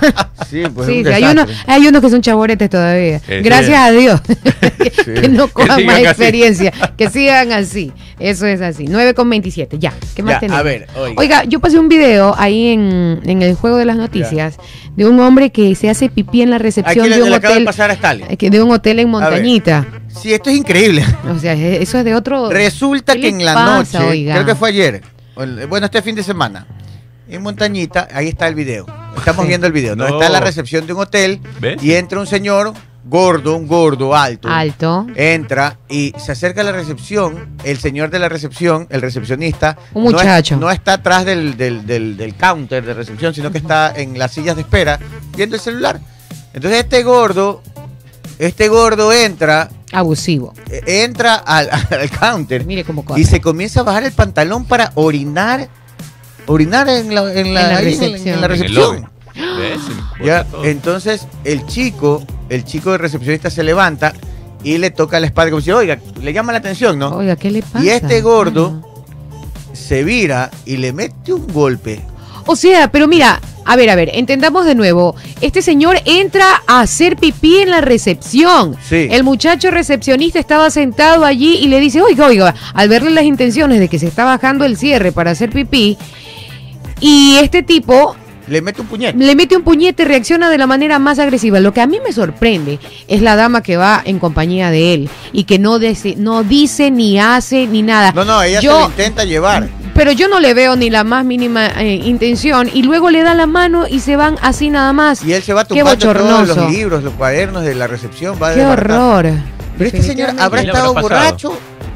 Sí, pues sí, sí hay, uno, hay unos que son chaboretes todavía. Sí, Gracias sí. a Dios. que, sí. que no cojan más experiencia. Así. Que sigan así. Eso es así. nueve con veintisiete. Ya. ¿Qué más ya, tenemos? A ver, oiga. oiga, yo pasé un video ahí en, en el juego de las noticias ya. de un hombre que se hace pipí en la recepción Aquí de un le hotel. De pasar a Stalin. De un hotel en Montañita. Sí, esto es increíble. O sea, eso es de otro. Resulta que en la pasa, noche, oiga? creo que fue ayer, bueno, este fin de semana, en Montañita, ahí está el video. Estamos viendo el video. No, no está en la recepción de un hotel. ¿Ves? Y entra un señor gordo, un gordo, alto. Alto. Entra y se acerca a la recepción. El señor de la recepción, el recepcionista. Un muchacho. No, es, no está atrás del, del, del, del counter de recepción, sino que está en las sillas de espera viendo el celular. Entonces este gordo, este gordo entra. Abusivo. Entra al, al counter. Mire cómo corre. Y se comienza a bajar el pantalón para orinar. Orinar en la, en la, en la ahí, recepción. En, en la recepción. ¿Ves? Ya, entonces el chico, el chico de recepcionista se levanta y le toca la espalda como si, oiga, le llama la atención, ¿no? Oiga, ¿qué le pasa? Y este gordo ah. se vira y le mete un golpe. O sea, pero mira, a ver, a ver, entendamos de nuevo. Este señor entra a hacer pipí en la recepción. Sí. El muchacho recepcionista estaba sentado allí y le dice, oiga, oiga, al verle las intenciones de que se está bajando el cierre para hacer pipí, y este tipo le mete un puñete. Le mete un puñete y reacciona de la manera más agresiva. Lo que a mí me sorprende es la dama que va en compañía de él y que no dice, no dice ni hace ni nada. No, no, ella yo, se lo intenta llevar. Pero yo no le veo ni la más mínima eh, intención y luego le da la mano y se van así nada más. Y él se va tumbando todos los libros, los cuadernos de la recepción. Va Qué horror. Pero este señor habrá estado borracho.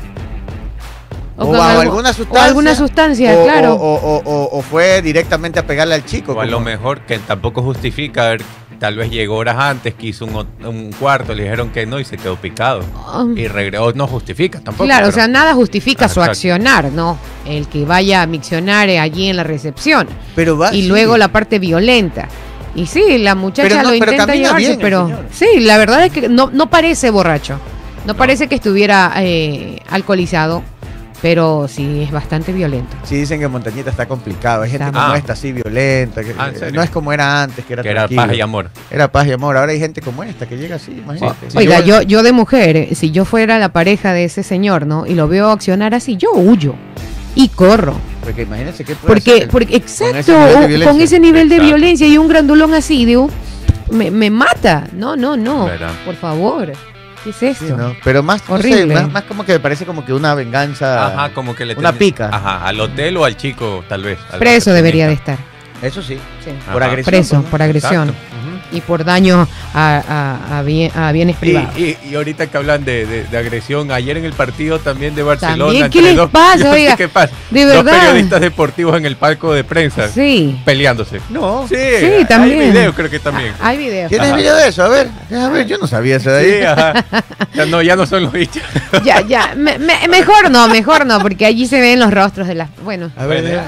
O, o, algo, alguna sustancia, o alguna sustancia, o, claro. O, o, o, o fue directamente a pegarle al chico. O a lo mejor, que tampoco justifica, a ver, tal vez llegó horas antes, quiso un, un cuarto, le dijeron que no y se quedó picado. Um, y regresó, no justifica tampoco. Claro, pero, o sea, nada justifica ah, su exacto. accionar, ¿no? El que vaya a miccionar allí en la recepción. Pero va, y sí. luego la parte violenta. Y sí, la muchacha no, lo pero intenta llevarse, pero sí, la verdad es que no, no parece borracho. No, no. parece que estuviera eh, alcoholizado. Pero sí, es bastante violento. Sí, dicen que Montañita está complicado. Hay gente está que no está así violenta. Que, ah, no es como era antes, que era que era paz y amor. Era paz y amor. Ahora hay gente como esta que llega así, imagínate. Sí. Oiga, yo, yo de mujer, si yo fuera la pareja de ese señor, ¿no? Y lo veo accionar así, yo huyo y corro. Porque imagínense qué puede porque, hacer porque Exacto, con ese nivel de, con ese nivel de violencia y un grandulón así, de un, me, me mata. No, no, no. ¿verdad? Por favor. ¿Qué es esto? Sí, ¿no? Pero más, horrible. No sé, más, más como que me parece como que una venganza. Ajá, como que le una ten... pica. Ajá, al hotel o al chico, tal vez. Preso debería de estar. Eso sí. sí. Por Ajá. agresión. Preso, por, por agresión. Uh-huh. Y por daño a, a, a, bien, a bienes privados. Y, y, y ahorita que hablan de, de, de agresión, ayer en el partido también de Barcelona. ¿También? ¿Qué les dos, pasa? Oiga, ¿qué pasa? De verdad. Dos periodistas deportivos en el palco de prensa. Sí. Peleándose. No. Sí, sí también. Hay video, creo que también. Ah, hay video. ¿Tienes video de eso? A ver, a ver, yo no sabía eso de ahí. Sí, ajá. Ya no, ya no son los bichos. Ya, ya. Me, me, mejor no, mejor no, porque allí se ven los rostros de las. Bueno. A ver, bueno,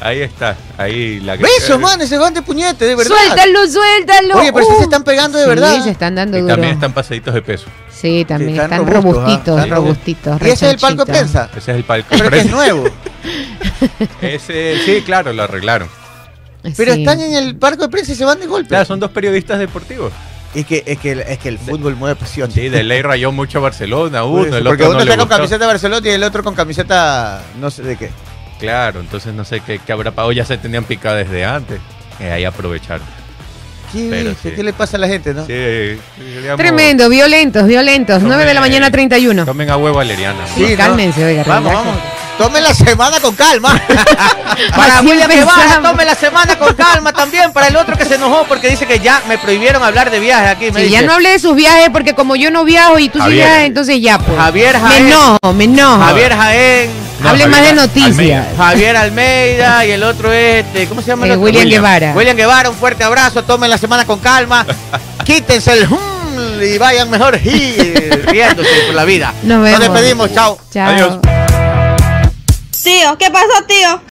Ahí está, ahí la que... Besos, man, ese guante puñete, de verdad. Suéltalo, suéltalo. Oye, pero Uh. sí se están pegando de Sí, verdad. se están dando Y duro. también están pasaditos de peso. Sí, también Sí, están están, robustos, robustitos, ¿ah? Sí. robustitos. ¿Y ese es el palco de rechanchitos. prensa? Ese es el palco. Pero que es nuevo. Ese, sí, claro, lo arreglaron. Pero Sí. están en el palco de prensa y se van de golpe. Claro, son dos periodistas deportivos. Es que, es que, es que el fútbol mueve pasión. Sí, de ley rayó mucho a Barcelona, Por uno, eso, el porque otro uno no le está con gustó. camiseta de Barcelona y el otro con camiseta no sé de qué. Claro, entonces no sé qué, qué habrá pasado, ya se tenían picado desde antes. Eh, ahí aprovecharon. ¿Qué, Pero viste? sí. ¿Qué le pasa a la gente, no? Sí, digamos, Tremendo, violentos, violentos. Tomen- nueve de la mañana, treinta y uno. Tomen a huevo valeriana. Sí, ¿no? cálmense, oiga, Vamos, relajen. vamos. Tomen la semana con calma. Para Así William Guevara, empezamos. tome la semana con calma también. Para el otro que se enojó porque dice que ya me prohibieron hablar de viajes aquí. Me Sí, dice, ya no hablé de sus viajes porque como yo no viajo y tú sí Javier. viajas, entonces ya pues. Javier Me Jaén. enojo, me enojo. Javier Jaén, No, Hable Javier más de Al- noticias. Almeida. Javier Almeida y el otro es, este, ¿cómo se llama? el Eh, otro? William William. Guevara. William Guevara, un fuerte abrazo. Tomen la semana con calma. Quítense el hum y vayan mejor y, riéndose por la vida. Nos vemos. Nos despedimos, chao. Chao. Adiós. Tío, ¿qué pasó, tío?